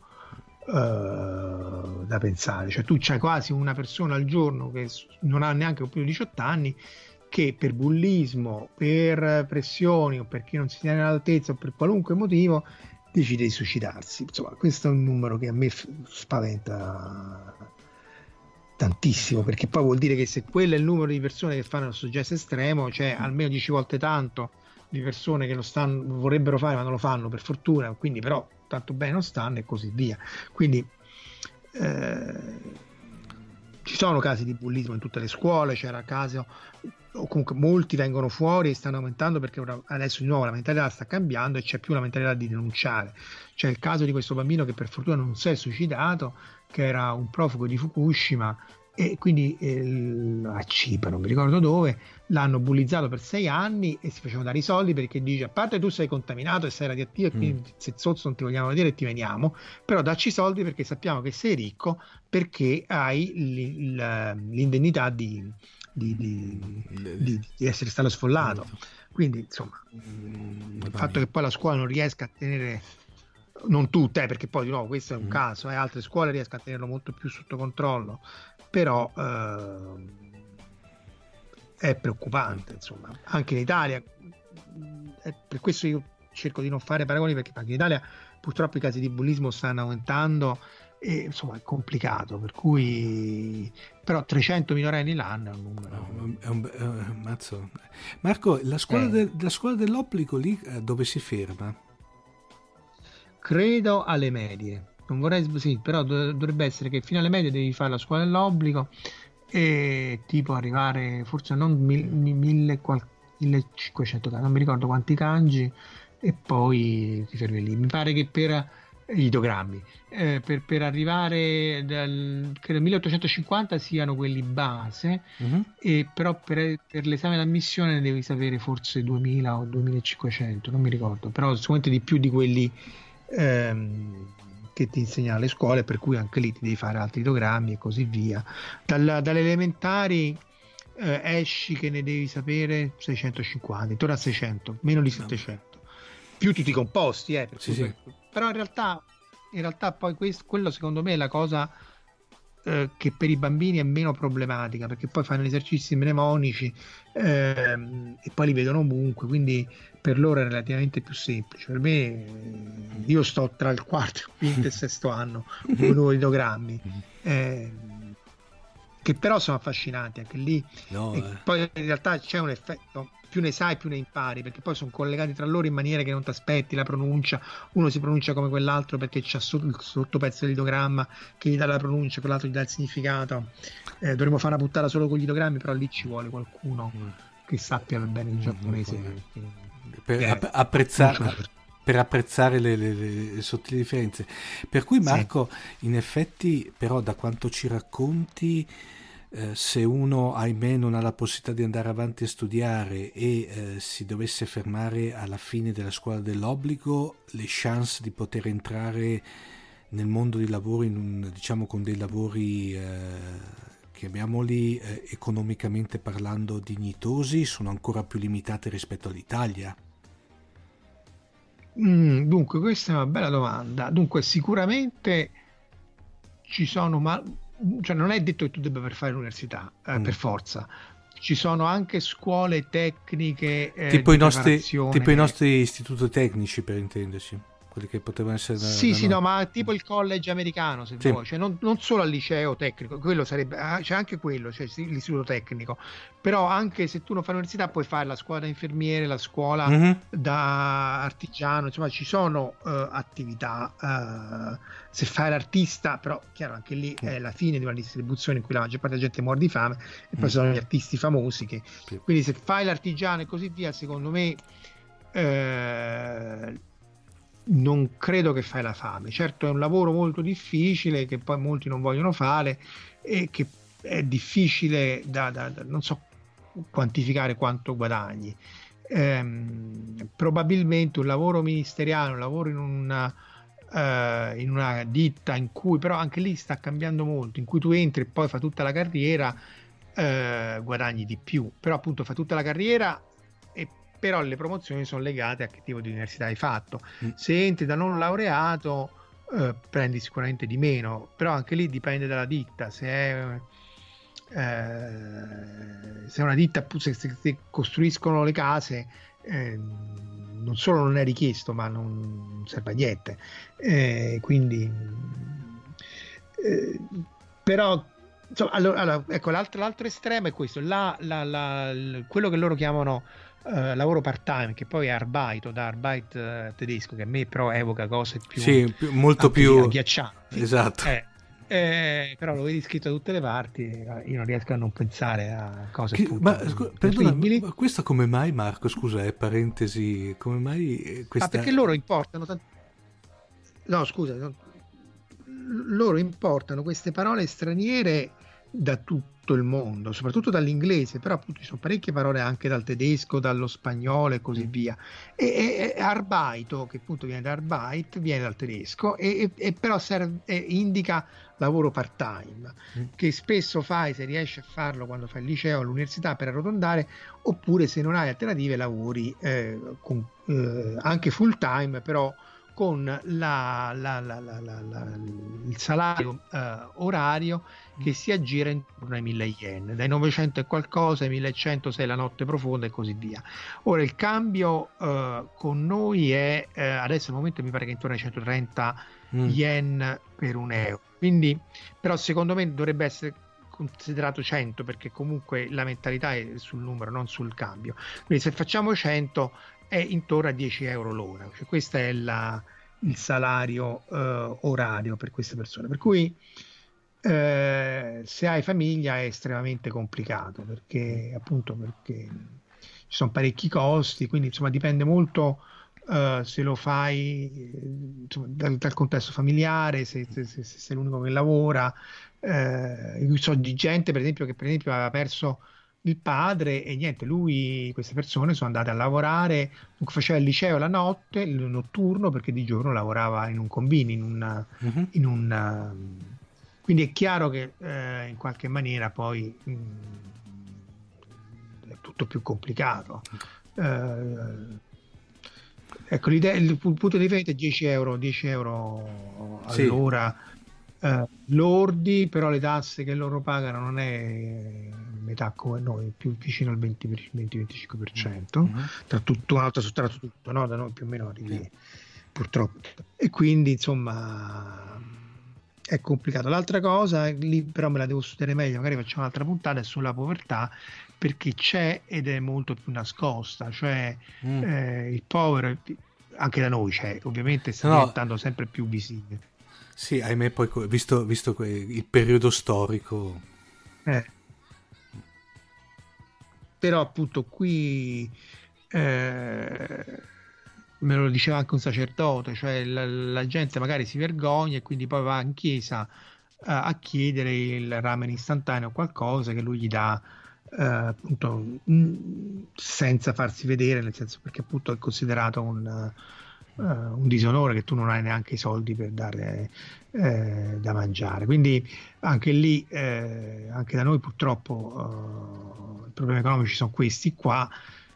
Speaker 7: Uh, da pensare. Cioè tu c'hai quasi una persona al giorno che non ha neanche più di diciotto anni, che per bullismo, per pressioni o perché non si tiene all'altezza o per qualunque motivo decide di suicidarsi. Insomma, questo è un numero che a me f- spaventa tantissimo, perché poi vuol dire che se quello è il numero di persone che fanno questo gesto estremo, c'è almeno dieci volte tanto di persone che lo stanno, vorrebbero fare ma non lo fanno, per fortuna, quindi però tanto bene non stanno, e così via. Quindi eh, ci sono casi di bullismo in tutte le scuole, c'era caso, o comunque molti vengono fuori e stanno aumentando, perché adesso di nuovo la mentalità sta cambiando e c'è più la mentalità di denunciare. C'è il caso di questo bambino che per fortuna non si è suicidato, che era un profugo di Fukushima, e quindi eh, a Cipro, non mi ricordo dove, l'hanno bullizzato per sei anni e si facevano dare i soldi, perché dice: a parte tu sei contaminato e sei radioattivo e quindi mm. se zozzo non ti vogliamo vedere e ti veniamo, però dacci i soldi perché sappiamo che sei ricco, perché hai l- l- l'indennità di, di, di, di, di essere stato sfollato. Quindi insomma mm, il fatto che poi la scuola non riesca a tenere, non tutte, eh, perché poi di nuovo questo è un mm. caso, eh, altre scuole riescono a tenerlo molto più sotto controllo, però eh, è preoccupante, insomma, anche in Italia. È per questo io cerco di non fare paragoni, perché anche in Italia purtroppo i casi di bullismo stanno aumentando e insomma è complicato, per cui però trecento minorenni l'anno è un numero.
Speaker 6: È un, è un mazzo. Marco, la scuola, eh. de, la scuola dell'obbligo lì dove si ferma?
Speaker 7: Credo alle medie. Non vorrei, sì, però dovrebbe essere che fino alle medie devi fare la scuola dell'obbligo e tipo arrivare forse non mille, mille, millecinquecento, non mi ricordo quanti kanji, e poi ti fermi lì. Mi pare che per gli idogrammi. Eh, per, per arrivare dal credo milleottocentocinquanta siano quelli base,
Speaker 6: Mhm.
Speaker 7: e però per, per l'esame d'ammissione ne devi sapere forse duemila o duemilacinquecento, non mi ricordo, però sicuramente di più di quelli ehm, che ti insegnano le scuole, per cui anche lì ti devi fare altri idogrammi e così via. Dal- dalle elementari eh, esci che ne devi sapere seicentocinquanta, intorno a seicento, meno di settecento, più tutti i composti, eh, per
Speaker 6: Sì,
Speaker 7: cui-
Speaker 6: sì.
Speaker 7: però in realtà, in realtà poi questo, quello secondo me è la cosa eh, che per i bambini è meno problematica, perché poi fanno gli esercizi mnemonici ehm, e poi li vedono ovunque, quindi per loro è relativamente più semplice. Per me, eh, io sto tra il quarto, il quinto e il sesto anno con i nuovi idogrammi, ehm, che però sono affascinanti anche lì.
Speaker 6: No,
Speaker 7: E
Speaker 6: eh.
Speaker 7: poi in realtà c'è un effetto, più ne sai più ne impari, perché poi sono collegati tra loro in maniera che non ti aspetti. La pronuncia, uno si pronuncia come quell'altro perché c'ha sotto il sottopezzo dell'idogramma che gli dà la pronuncia, quell'altro gli dà il significato. Eh, dovremmo fare una puntata solo con gli idogrammi, però lì ci vuole qualcuno che sappia bene il giapponese, perché-
Speaker 6: per,
Speaker 7: eh,
Speaker 6: app- apprezza-
Speaker 7: non so.
Speaker 6: per apprezzare le, le- le- le sottili differenze. Per cui
Speaker 7: Sì.
Speaker 6: Marco, in effetti, però da quanto ci racconti, eh, se uno ahimè non ha la possibilità di andare avanti a studiare e eh, si dovesse fermare alla fine della scuola dell'obbligo, le chance di poter entrare nel mondo del lavoro in un, diciamo, con dei lavori eh, chiamiamoli eh, economicamente parlando dignitosi, sono ancora più limitate rispetto all'Italia.
Speaker 7: Mm, dunque, questa è una bella domanda. Dunque, sicuramente ci sono, ma cioè non è detto che tu debba per fare l'università, eh,
Speaker 6: Mm.
Speaker 7: per forza. Ci sono anche scuole tecniche, eh,
Speaker 6: tipo,
Speaker 7: di
Speaker 6: i nostri,
Speaker 7: preparazione.
Speaker 6: tipo i nostri istituti tecnici, per intenderci, quelli che potevano essere da-
Speaker 7: Sì,
Speaker 6: da
Speaker 7: sì,
Speaker 6: noi.
Speaker 7: no, ma tipo il college americano, se
Speaker 6: Sì.
Speaker 7: vuoi, cioè non, non solo al liceo tecnico, quello sarebbe, ah, c'è anche quello, cioè sì, l'istituto tecnico, però anche se tu non fai l'università puoi fare la scuola da infermiere, la scuola
Speaker 6: Mhm.
Speaker 7: da artigiano, insomma ci sono eh, attività, eh, se fai l'artista, però chiaro anche lì è la fine di una distribuzione in cui la maggior parte della gente muore di fame e poi
Speaker 6: Mm.
Speaker 7: sono gli artisti famosi che,
Speaker 6: Sì.
Speaker 7: quindi se fai l'artigiano e così via, secondo me eh, non credo che fai la fame. Certo è un lavoro molto difficile che poi molti non vogliono fare e che è difficile da, da- da- non so quantificare quanto guadagni. Ehm, probabilmente un lavoro ministeriale, un lavoro in una, eh, in una ditta in cui però anche lì sta cambiando molto, in cui tu entri e poi fai tutta la carriera, eh, guadagni di più, però appunto fai tutta la carriera e però le promozioni sono legate a che tipo di università hai fatto.
Speaker 6: Mm.
Speaker 7: Se entri da non laureato eh, prendi sicuramente di meno, però anche lì dipende dalla ditta. Se è, eh, se è una ditta, se, se- se costruiscono le case, eh, non solo non è richiesto, ma non serve a niente. Eh, quindi, eh, però, insomma, allora, allora, ecco, l'altro, l'altro estremo è questo, la, la- la- l- quello che loro chiamano eh, lavoro part-time, che poi è Arbeit, da Arbeit eh, tedesco, che a me però evoca cose più,
Speaker 6: Sì, più- molto
Speaker 7: anche
Speaker 6: più
Speaker 7: agghiaccianti.
Speaker 6: esatto.
Speaker 7: Eh, eh, però lo vedi scritto da tutte le parti, eh, io non riesco a non pensare a cose
Speaker 6: Che-
Speaker 7: appunto
Speaker 6: ma scu- perdona,
Speaker 7: terribili.
Speaker 6: ma questo come mai, Marco? Scusa, è parentesi, come mai eh,
Speaker 7: Ah,
Speaker 6: questa...
Speaker 7: perché loro importano tant- no, scusa, no, loro importano queste parole straniere da tutto il mondo, soprattutto dall'inglese, però appunto ci sono parecchie parole anche dal tedesco, dallo spagnolo e così via. E, e, e Arbeito, che appunto viene da Arbeit, viene dal tedesco e, e- e però serve, e indica lavoro part-time,
Speaker 6: Mm.
Speaker 7: che spesso fai se riesci a farlo quando fai il liceo o l'università per arrotondare, oppure se non hai alternative lavori eh, con, eh, anche full-time, però con la- la- la- la- la- la- il salario eh, orario che si aggira intorno ai mille yen, dai novecento e qualcosa ai millecento sei la notte profonda e così via. Ora il cambio eh, con noi è eh, adesso al momento mi pare che intorno ai centotrenta
Speaker 6: Mm.
Speaker 7: yen per un euro, quindi però secondo me dovrebbe essere considerato cento, perché comunque la mentalità è sul numero, non sul cambio. Quindi se facciamo cento è intorno a dieci euro l'ora, cioè questo è la- il salario eh, orario per queste persone, per cui eh, se hai famiglia è estremamente complicato, perché appunto perché ci sono parecchi costi, quindi insomma dipende molto uh, se lo fai insomma, dal, dal contesto familiare, se, se, se, se sei l'unico che lavora. Uh, io so di gente per esempio che per esempio aveva perso il padre e niente, lui, queste persone sono andate a lavorare, faceva il liceo la notte, il notturno, perché di giorno lavorava in un combini, in un, uh-huh. in un quindi è chiaro che eh, in qualche maniera poi mh, è tutto più complicato. Eh, ecco, l'idea, il, il punto di riferimento è dieci euro, dieci euro all'ora. Sì. Uh, lordi, però le tasse che loro pagano non è metà come noi, più vicino al venti venticinque per cento, mm-hmm. tra tutto, tra tutto, no? Da noi più o meno arrivi, mm. purtroppo. E quindi insomma è complicato. L'altra cosa, lì però me la devo studiare meglio, magari facciamo un'altra puntata, è sulla povertà, perché c'è ed è molto più nascosta, cioè mm. eh, il povero anche da noi c'è, ovviamente sta no. diventando sempre più visibile.
Speaker 6: Sì, ahimè, poi visto, visto il periodo storico.
Speaker 7: Eh. Però appunto qui eh, me lo diceva anche un sacerdote, cioè la, la gente magari si vergogna e quindi poi va in chiesa uh, a chiedere il ramen istantaneo o qualcosa che lui gli dà uh, appunto mh, senza farsi vedere, nel senso perché appunto è considerato un... Uh, un disonore che tu non hai neanche i soldi per dare eh, da mangiare, quindi anche lì eh, anche da noi purtroppo uh, i problemi economici sono questi qua,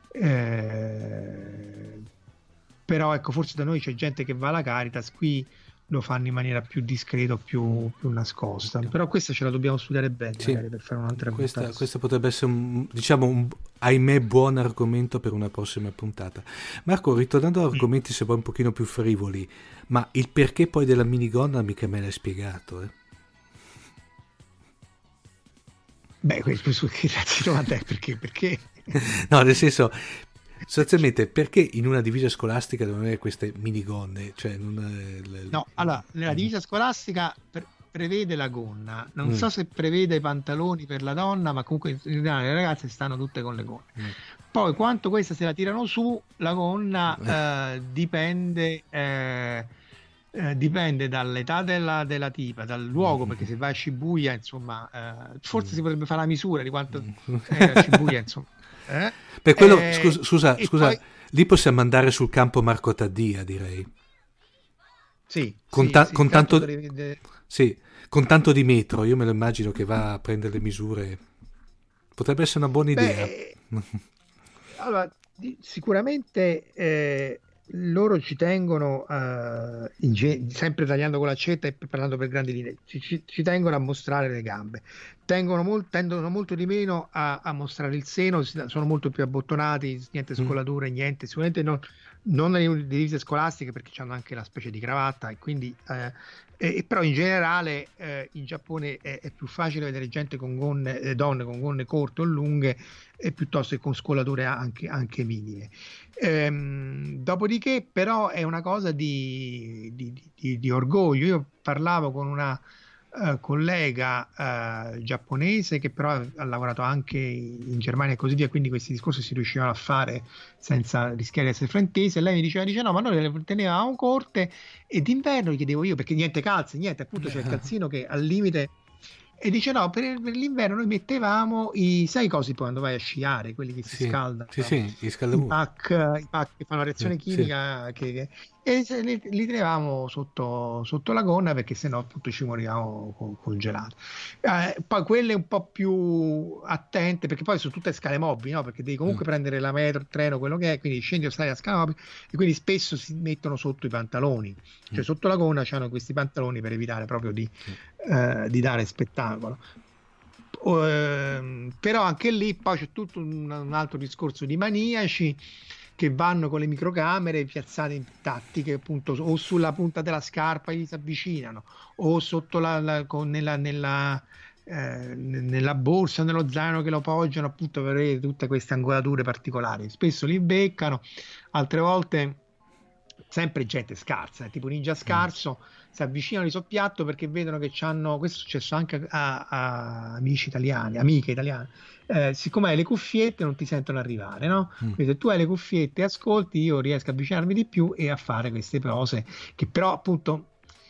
Speaker 7: eh, però ecco forse da noi c'è gente che va alla Caritas, qui lo fanno in maniera più discreta, più, più nascosta, però questa ce la dobbiamo studiare bene, sì, magari per fare un'altra
Speaker 6: questa,
Speaker 7: puntata.
Speaker 6: Questa potrebbe essere un, diciamo un, ahimè, buon argomento per una prossima puntata. Marco, ritornando a argomenti mm. se vuoi un pochino più frivoli, ma il perché poi della minigonna mica me l'hai spiegato, eh?
Speaker 7: Beh, questo che cazzo domanda è, perché? Perché?
Speaker 6: No, nel senso, sostanzialmente, perché in una divisa scolastica devono avere queste minigonne? Cioè, non è, le...
Speaker 7: No, allora, nella divisa scolastica per, prevede la gonna, non mm. so se prevede i pantaloni per la donna, ma comunque in generale le ragazze stanno tutte con le gonne. Mm. Poi quanto questa se la tirano su, la gonna eh, dipende... Eh, Eh, dipende dall'età della, della tipa, dal luogo, perché se vai a Shibuya insomma eh, forse si potrebbe fare la misura di quanto è a Shibuya insomma eh?
Speaker 6: Per quello
Speaker 7: eh,
Speaker 6: scusa, scusa, scusa
Speaker 7: poi...
Speaker 6: lì possiamo andare sul campo Marco Taddia, direi.
Speaker 7: Sì,
Speaker 6: con,
Speaker 7: sì,
Speaker 6: ta-
Speaker 7: sì,
Speaker 6: con tanto
Speaker 7: deve...
Speaker 6: sì, con tanto di metro, io me lo immagino che va a prendere le misure, potrebbe essere una buona idea.
Speaker 7: Beh, allora sicuramente eh, loro ci tengono uh, in ge- sempre tagliando con l'accetta e parlando per grandi linee, ci, ci, ci tengono a mostrare le gambe, tengono molt- tendono molto di meno a, a mostrare il seno, sono molto più abbottonati, niente scolature, mm. niente, sicuramente non, non nelle divise scolastiche perché hanno anche la specie di cravatta e quindi eh, e, però in generale eh, in Giappone è, è più facile vedere gente con gonne, eh, donne con gonne corte o lunghe e piuttosto che con scolature anche, anche minime. Ehm, dopodiché però è una cosa di, di, di, di orgoglio. Io parlavo con una uh, collega uh, giapponese che però ha lavorato anche in Germania e così via, quindi questi discorsi si riuscivano a fare senza rischiare di essere fraintesi, e lei mi diceva, dice no, ma noi le tenevamo corte e d'inverno gli chiedevo io, perché niente calze, niente, appunto c'è il calzino che al limite. E dice no, per, per l'inverno noi mettevamo i, sai cosa quando vai a sciare, quelli che si
Speaker 6: sì,
Speaker 7: scaldano,
Speaker 6: sì, sì, i,
Speaker 7: i, pack, i pack che fanno la reazione
Speaker 6: sì,
Speaker 7: chimica,
Speaker 6: sì.
Speaker 7: Che, che, e li, li tenevamo sotto, sotto la gonna perché sennò appunto ci morivamo col, col gelato. Eh, poi quelle un po' più attente, perché poi sono tutte scale mobili, no? Perché devi comunque mm. prendere la metro, il treno, quello che è, quindi scendi o stai a scala mobili, e quindi spesso si mettono sotto i pantaloni, cioè mm. sotto la gonna c'hanno questi pantaloni per evitare proprio di, mm. eh, di dare spettacolo. Uh, però anche lì poi c'è tutto un, un altro discorso di maniaci che vanno con le microcamere piazzate in tattiche appunto o sulla punta della scarpa e gli si avvicinano o sotto la, la con, nella, nella, eh, nella borsa, nello zaino che lo poggiano appunto per avere tutte queste angolature particolari. Spesso li beccano, altre volte sempre gente scarsa, eh, tipo ninja scarso, si avvicinano di soppiatto perché vedono che c'hanno, questo è successo anche a, a amici italiani, amiche italiane, eh, siccome hai le cuffiette non ti sentono arrivare, no?
Speaker 6: Mm.
Speaker 7: Quindi se tu hai le cuffiette e ascolti, io riesco a avvicinarmi di più e a fare queste cose che però appunto,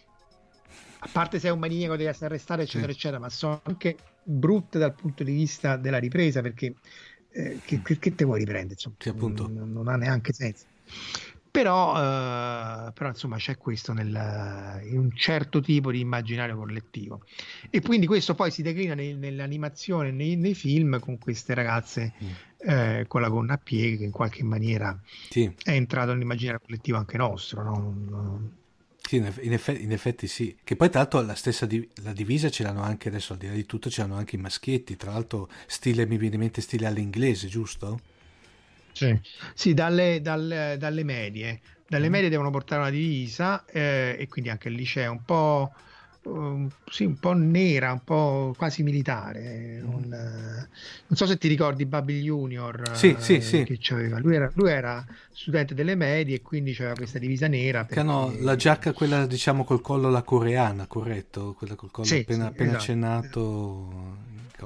Speaker 7: a parte se è un maniaco devi essere arrestato eccetera
Speaker 6: Sì.
Speaker 7: eccetera, ma sono anche brutte dal punto di vista della ripresa, perché eh, che, che, che te vuoi riprendere, insomma,
Speaker 6: Sì, appunto.
Speaker 7: non, non ha neanche senso. Però, eh, però insomma c'è questo nel, in un certo tipo di immaginario collettivo, e quindi questo poi si declina nei- nell'animazione, nei, nei film, con queste ragazze eh, con la gonna a pieghe, che in qualche maniera
Speaker 6: Sì.
Speaker 7: è entrato nell'immaginario collettivo anche nostro, no? Non-
Speaker 6: Sì, in, eff- in effe- in effetti sì, che poi tra l'altro la stessa di- la divisa ce l'hanno anche adesso, al di là di tutto ce l'hanno anche i maschietti, tra l'altro stile, mi viene in mente stile all'inglese, giusto?
Speaker 7: Sì, sì, dalle, dalle- dalle medie. Dalle medie devono portare una divisa, eh, e quindi anche il liceo un po', um, sì, un po' nera, un po' quasi militare. Un, eh, non so se ti ricordi Babi Junior,
Speaker 6: Sì,
Speaker 7: eh,
Speaker 6: sì, sì.
Speaker 7: che c'aveva. Lui era, lui era studente delle medie e quindi c'aveva questa divisa nera.
Speaker 6: Che hanno
Speaker 7: perché-
Speaker 6: la giacca quella diciamo col collo alla coreana, corretto? Quella col collo
Speaker 7: Sì,
Speaker 6: appena,
Speaker 7: sì,
Speaker 6: appena
Speaker 7: esatto,
Speaker 6: accennato.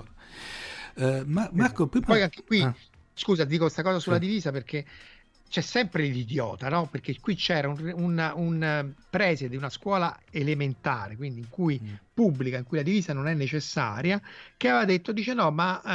Speaker 6: Eh, ma Marco, prima...
Speaker 7: Poi anche qui,
Speaker 6: Ah,
Speaker 7: scusa, dico questa cosa sulla
Speaker 6: Sì.
Speaker 7: divisa perché c'è sempre l'idiota, no? Perché qui c'era un, un, un eh, preside di una scuola elementare, quindi in cui
Speaker 6: Mm.
Speaker 7: pubblica, in cui la divisa non è necessaria, che aveva detto, dice no,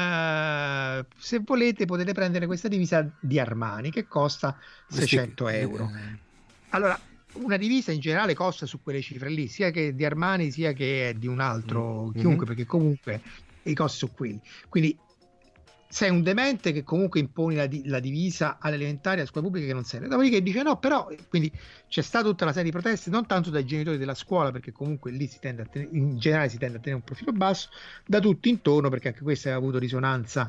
Speaker 7: ma eh, se volete potete prendere questa divisa di Armani che costa seicento euro.
Speaker 6: Eh,
Speaker 7: Allora, una divisa in generale costa su quelle cifre lì, sia che di Armani sia che di un altro,
Speaker 6: Mm.
Speaker 7: chiunque,
Speaker 6: Mhm.
Speaker 7: perché comunque i costi sono quelli. Quindi sei un demente che comunque imponi la, di- la divisa alle elementari, alle scuole pubbliche, che non serve. Dopodiché dice no, però, quindi c'è stata tutta una serie di proteste, non tanto dai genitori della scuola, perché comunque lì si tende a tenere, in generale si tende a tenere un profilo basso, da tutti intorno, perché anche questo aveva avuto risonanza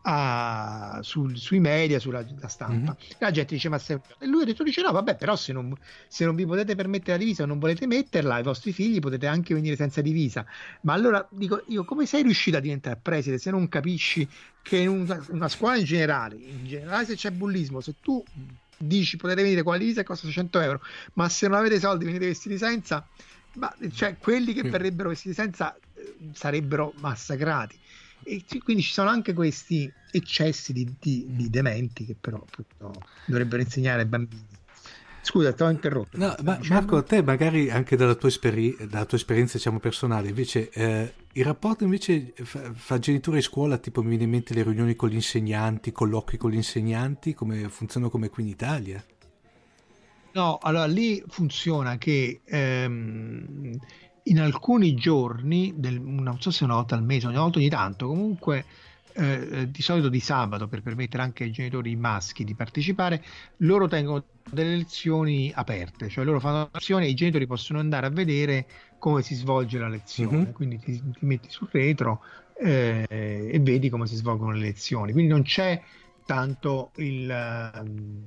Speaker 7: a- sul- sui media, sulla la stampa. La gente dice ma se... e lui ha detto, dice no, vabbè, però se non, se non vi potete permettere la divisa o non volete metterla, i vostri figli potete anche venire senza divisa. Ma allora dico io, come sei riuscito a diventare preside se non capisci che in una, una scuola in generale, in generale se c'è bullismo, se tu dici potete venire con la divisa e costa seicento euro, ma se non avete soldi venite vestiti senza, ma, cioè quelli che
Speaker 6: Sì.
Speaker 7: verrebbero vestiti senza eh, sarebbero massacrati. E ci- quindi ci sono anche questi eccessi di, di- di dementi che però appunto dovrebbero insegnare ai bambini. Scusa, ti ho interrotto.
Speaker 6: No,
Speaker 7: Stavi
Speaker 6: ma
Speaker 7: dicendo?
Speaker 6: Marco, a te magari anche dalla tua, esperi- dalla tua esperienza diciamo personale, invece eh, il rapporto invece fra, fra genitori e scuola, tipo mi viene in mente le riunioni con gli insegnanti, colloqui con gli insegnanti, come funzionano come qui in Italia?
Speaker 7: No, allora lì funziona che ehm, in alcuni giorni, del, non so se una volta al mese, una volta ogni tanto, comunque eh, eh, di solito di sabato, per permettere anche ai genitori maschi di partecipare, loro tengono delle lezioni aperte, cioè loro fanno lezioni e i genitori possono andare a vedere come si svolge la lezione,
Speaker 6: Mhm.
Speaker 7: quindi ti, ti metti sul retro eh, e vedi come si svolgono le lezioni, quindi non c'è tanto il... ehm,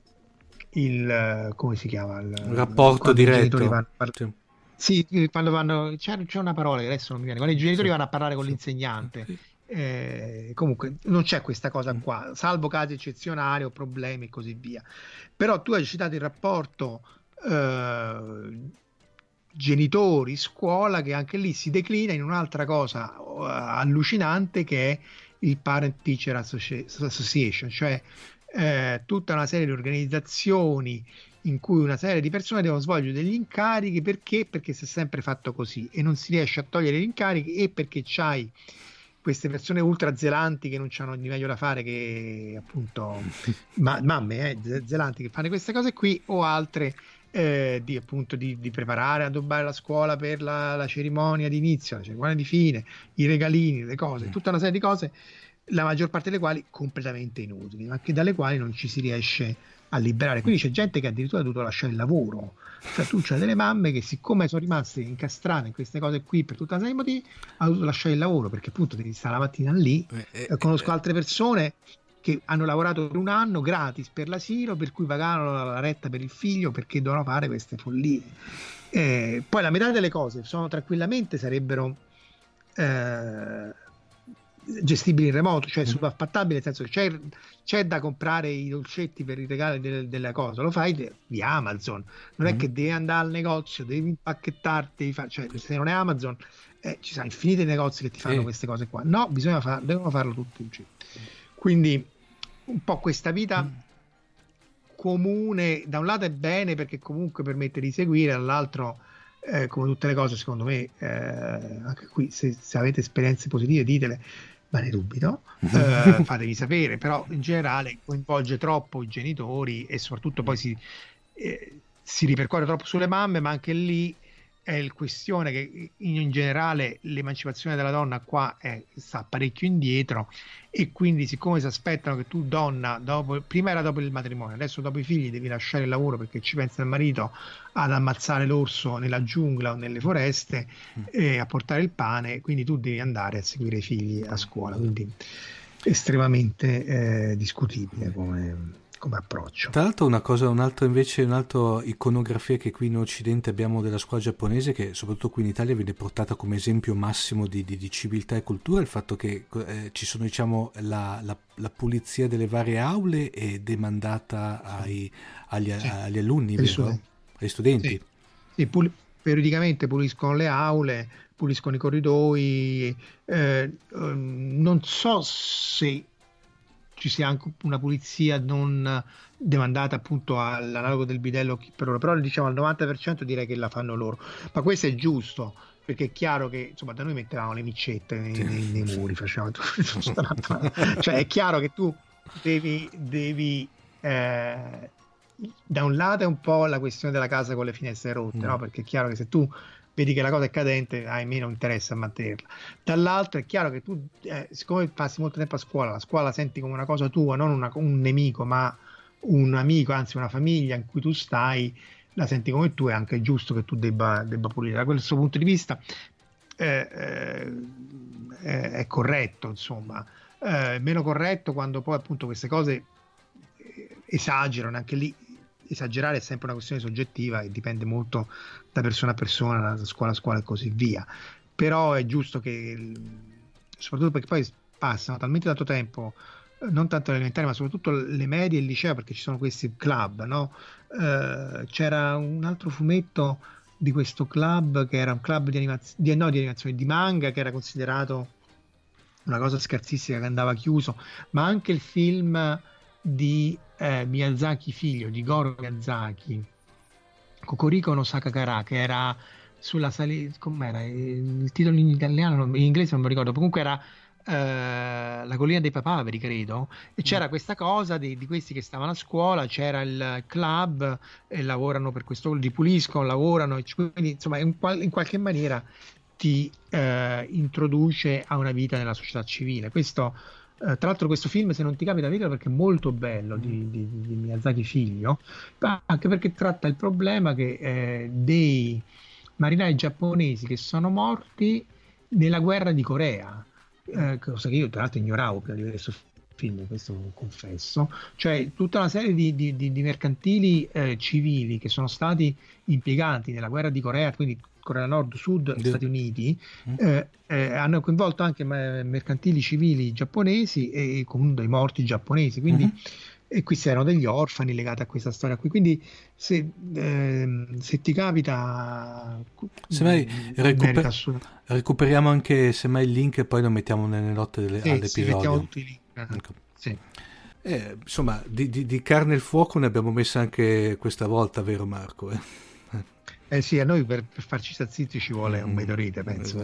Speaker 7: il eh, come si chiama il,
Speaker 6: Un rapporto
Speaker 7: quando i
Speaker 6: diretto.
Speaker 7: genitori vanno a par-
Speaker 6: Sì.
Speaker 7: sì, quando vanno c'è, c'è una parola che adesso non mi viene, quando i genitori
Speaker 6: Sì.
Speaker 7: vanno a parlare con
Speaker 6: Sì.
Speaker 7: l'insegnante,
Speaker 6: Sì.
Speaker 7: eh, comunque non c'è questa cosa qua, salvo casi eccezionali o problemi e così via. Però tu hai citato il rapporto eh, genitori scuola, che anche lì si declina in un'altra cosa eh, allucinante, che è il Parent Teacher Associ- Association, cioè eh, tutta una serie di organizzazioni in cui una serie di persone devono svolgere degli incarichi. Perché? Perché si è sempre fatto così e non si riesce a togliere gli incarichi, e perché c'hai queste persone ultra zelanti che non hanno di meglio da fare che appunto ma, mamme eh, ze- zelanti che fanno queste cose qui, o altre eh, di appunto di, di preparare, addobbare la scuola per la, la cerimonia di inizio, la cerimonia di fine, i regalini, le cose, tutta una serie di cose, la maggior parte delle quali completamente inutili, ma che dalle quali non ci si riesce a liberare. Quindi c'è gente che addirittura ha dovuto lasciare il lavoro, cioè tu c'hai delle mamme che, siccome sono rimaste incastrate in queste cose qui per tutta una serie di motivi, hanno dovuto lasciare il lavoro, perché appunto devi stare la mattina lì.
Speaker 6: Eh,
Speaker 7: Eh, conosco altre persone che hanno lavorato per un anno gratis per l'asilo, per cui pagavano la, la retta per il figlio, perché dovevano fare queste follie. Eh, poi la metà delle cose sono tranquillamente sarebbero eh, gestibili in remoto, cioè subaffattabile, nel senso che c'è, c'è da comprare i dolcetti per i regali delle, delle cose, lo fai de, di Amazon, non è mm. che devi andare al negozio, devi impacchettarti, fa, cioè se non è Amazon eh, ci sono infiniti negozi che ti fanno eh. queste cose qua, no, bisogna far, devono farlo tutti in giro. Quindi un po' questa vita mm. comune da un lato è bene perché comunque permette di seguire, dall'altro eh, come tutte le cose secondo me eh, anche qui se, se avete esperienze positive ditele, ma ne dubito, eh, fatevi sapere, però in generale coinvolge troppo i genitori e soprattutto poi si, eh, si ripercorre troppo sulle mamme, ma anche lì è il questione che in, in generale l'emancipazione della donna qua è, sta parecchio indietro, e quindi siccome si aspettano che tu donna, dopo, prima era dopo il matrimonio, adesso dopo i figli devi lasciare il lavoro perché ci pensa il marito ad ammazzare l'orso nella giungla o nelle foreste e a portare il pane, quindi tu devi andare a seguire i figli a scuola, quindi estremamente eh, discutibile come come approccio.
Speaker 6: Tra l'altro una cosa, un'altra invece, un'altra iconografia che qui in Occidente abbiamo della scuola giapponese, che soprattutto qui in Italia viene portata come esempio massimo di, di, di civiltà e cultura, il fatto che eh, ci sono, diciamo, la, la, la pulizia delle varie aule è demandata ai, agli, sì. agli alunni, vero? Studenti. Agli studenti.
Speaker 7: Sì. Sì, pul- periodicamente puliscono le aule, puliscono i corridoi, eh, non so se ci sia anche una pulizia non demandata appunto all'analogo del bidello per loro, però diciamo al novanta per cento direi che la fanno loro, ma questo è giusto perché è chiaro che insomma da noi mettevamo le micette nei, nei, nei muri, facevamo cioè è chiaro che tu devi, devi eh, da un lato è un po' la questione della casa con le finestre rotte, mm. no? Perché è chiaro che se tu vedi che la cosa è cadente, hai meno interesse a mantenerla. Dall'altro è chiaro che tu, eh, siccome passi molto tempo a scuola, la scuola la senti come una cosa tua, non una, un nemico, ma un amico, anzi una famiglia in cui tu stai, la senti come tu, è anche giusto che tu debba, debba pulire. Da questo punto di vista eh, eh, è corretto, insomma. È meno corretto quando poi appunto queste cose esagerano, anche lì. Esagerare è sempre una questione soggettiva e dipende molto da persona a persona, da scuola a scuola e così via, però è giusto che, soprattutto perché poi passano talmente tanto tempo, non tanto l'elementare ma soprattutto le medie e il liceo, perché ci sono questi club, no? Eh, c'era un altro fumetto di questo club che era un club di animazione, di, no, di animazione di manga, che era considerato una cosa scherzissima, che andava chiuso, ma anche il film di eh, Miyazaki figlio, di Goro Miyazaki, Kokoriko no Sakakara, che era sulla salita, com'era il titolo in italiano, in inglese non mi ricordo, comunque era eh, La collina dei papaveri, credo, e c'era mm. questa cosa di, di questi che stavano a scuola, c'era il club e lavorano per questo, li puliscono, lavorano, e quindi insomma in, qual- in qualche maniera ti eh, introduce a una vita nella società civile. Questo Uh, tra l'altro questo film, se non ti capita, vedilo perché è molto bello, di, di, di Miyazaki figlio, anche perché tratta il problema che eh, dei marinai giapponesi che sono morti nella guerra di Corea, eh, cosa che io tra l'altro ignoravo prima di vedere questo film, questo confesso, cioè tutta una serie di, di, di, di mercantili eh, civili che sono stati impiegati nella guerra di Corea, quindi Corea Nord, Sud, yeah. Stati Uniti, eh, eh, hanno coinvolto anche mercantili civili giapponesi e comunque dei morti giapponesi, quindi uh-huh. e qui c'erano degli orfani legati a questa storia qui, quindi se, eh, se ti capita
Speaker 6: semmai recuper- assolut- recuperiamo anche semmai il link e poi lo mettiamo nelle note delle,
Speaker 7: sì,
Speaker 6: all'episodio.
Speaker 7: Sì, mettiamo tutti i link.
Speaker 6: Ecco.
Speaker 7: Sì.
Speaker 6: Eh, insomma di, di, di carne al fuoco ne abbiamo messa anche questa volta, vero Marco? Eh?
Speaker 7: Eh sì, a noi per, per farci sta zitti ci vuole un meteorite, penso.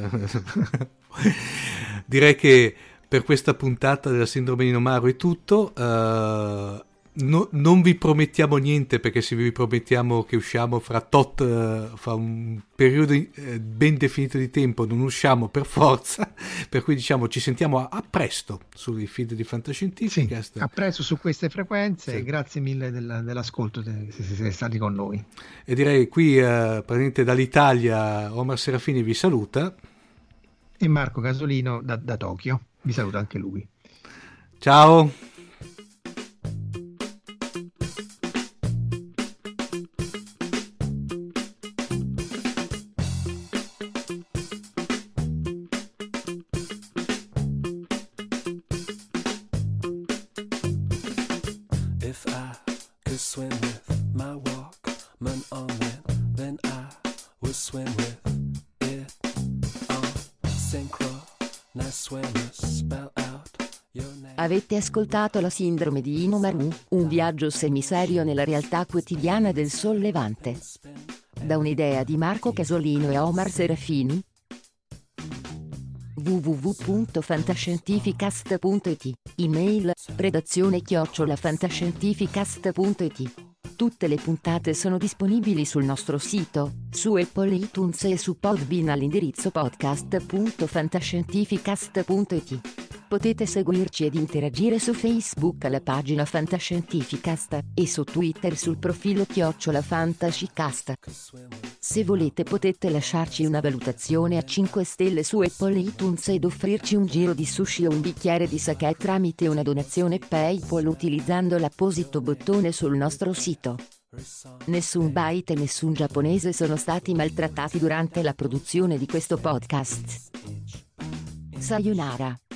Speaker 6: Direi che per questa puntata della Sindrome di Nomaro è tutto. Uh, no, non vi promettiamo niente, perché se vi promettiamo che usciamo fra tot, uh, fra un periodo uh, ben definito di tempo, non usciamo per forza. Per cui diciamo ci sentiamo a, a presto sui feed di Fantascientifica.
Speaker 7: Sì, a presto su queste frequenze, sì. Grazie mille del, dell'ascolto se siete stati con noi.
Speaker 6: E direi qui uh, praticamente dall'Italia Omar Serafini vi saluta
Speaker 7: e Marco Casolino da, da Tokyo vi saluta anche lui.
Speaker 6: Ciao.
Speaker 8: could swim with my Walkman on it, then I would swim with it on synchro. Nice swimmers, spell out your name.
Speaker 5: Avete ascoltato La sindrome di Inomaru, un viaggio semiserio nella realtà quotidiana del Sollevante. Da un'idea di Marco Casolino e Omar Serafini. w w w punto fantascientificast punto it. Email redazione chiocciola fantascientificast punto it. Tutte le puntate sono disponibili sul nostro sito, su Apple iTunes e su Podbean all'indirizzo podcast punto fantascientificast punto it. Potete seguirci ed interagire su Facebook alla pagina Fantascientificast e su Twitter sul profilo chiocciola Fantascicast. Se volete potete lasciarci una valutazione a cinque stelle su Apple iTunes ed offrirci un giro di sushi o un bicchiere di sake tramite una donazione PayPal utilizzando l'apposito bottone sul nostro sito. Nessun byte e nessun giapponese sono stati maltrattati durante la produzione di questo podcast. Sayonara.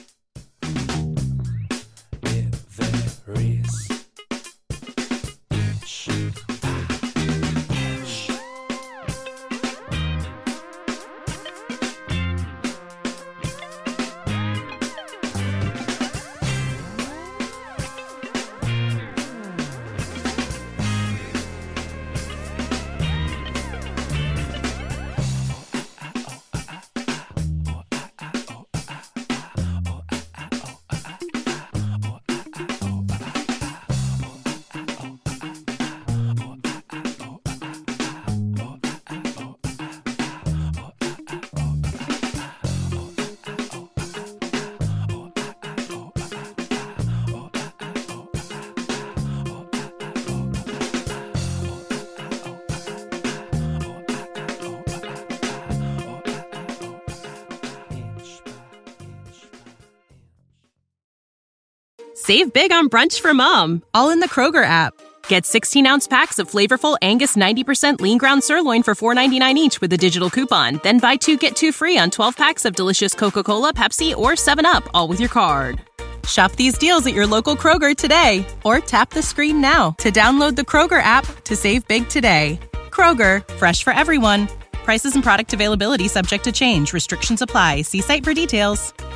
Speaker 9: Save big on brunch for mom, all in the Kroger app. Get sixteen-ounce packs of flavorful Angus ninety percent lean ground sirloin for four ninety-nine each with a digital coupon. Then buy two, get two free on twelve packs of delicious Coca-Cola, Pepsi, or seven up, all with your card. Shop these deals at your local Kroger today, or tap the screen now to download the Kroger app to save big today. Kroger, fresh for everyone. Prices and product availability subject to change. Restrictions apply. See site for details.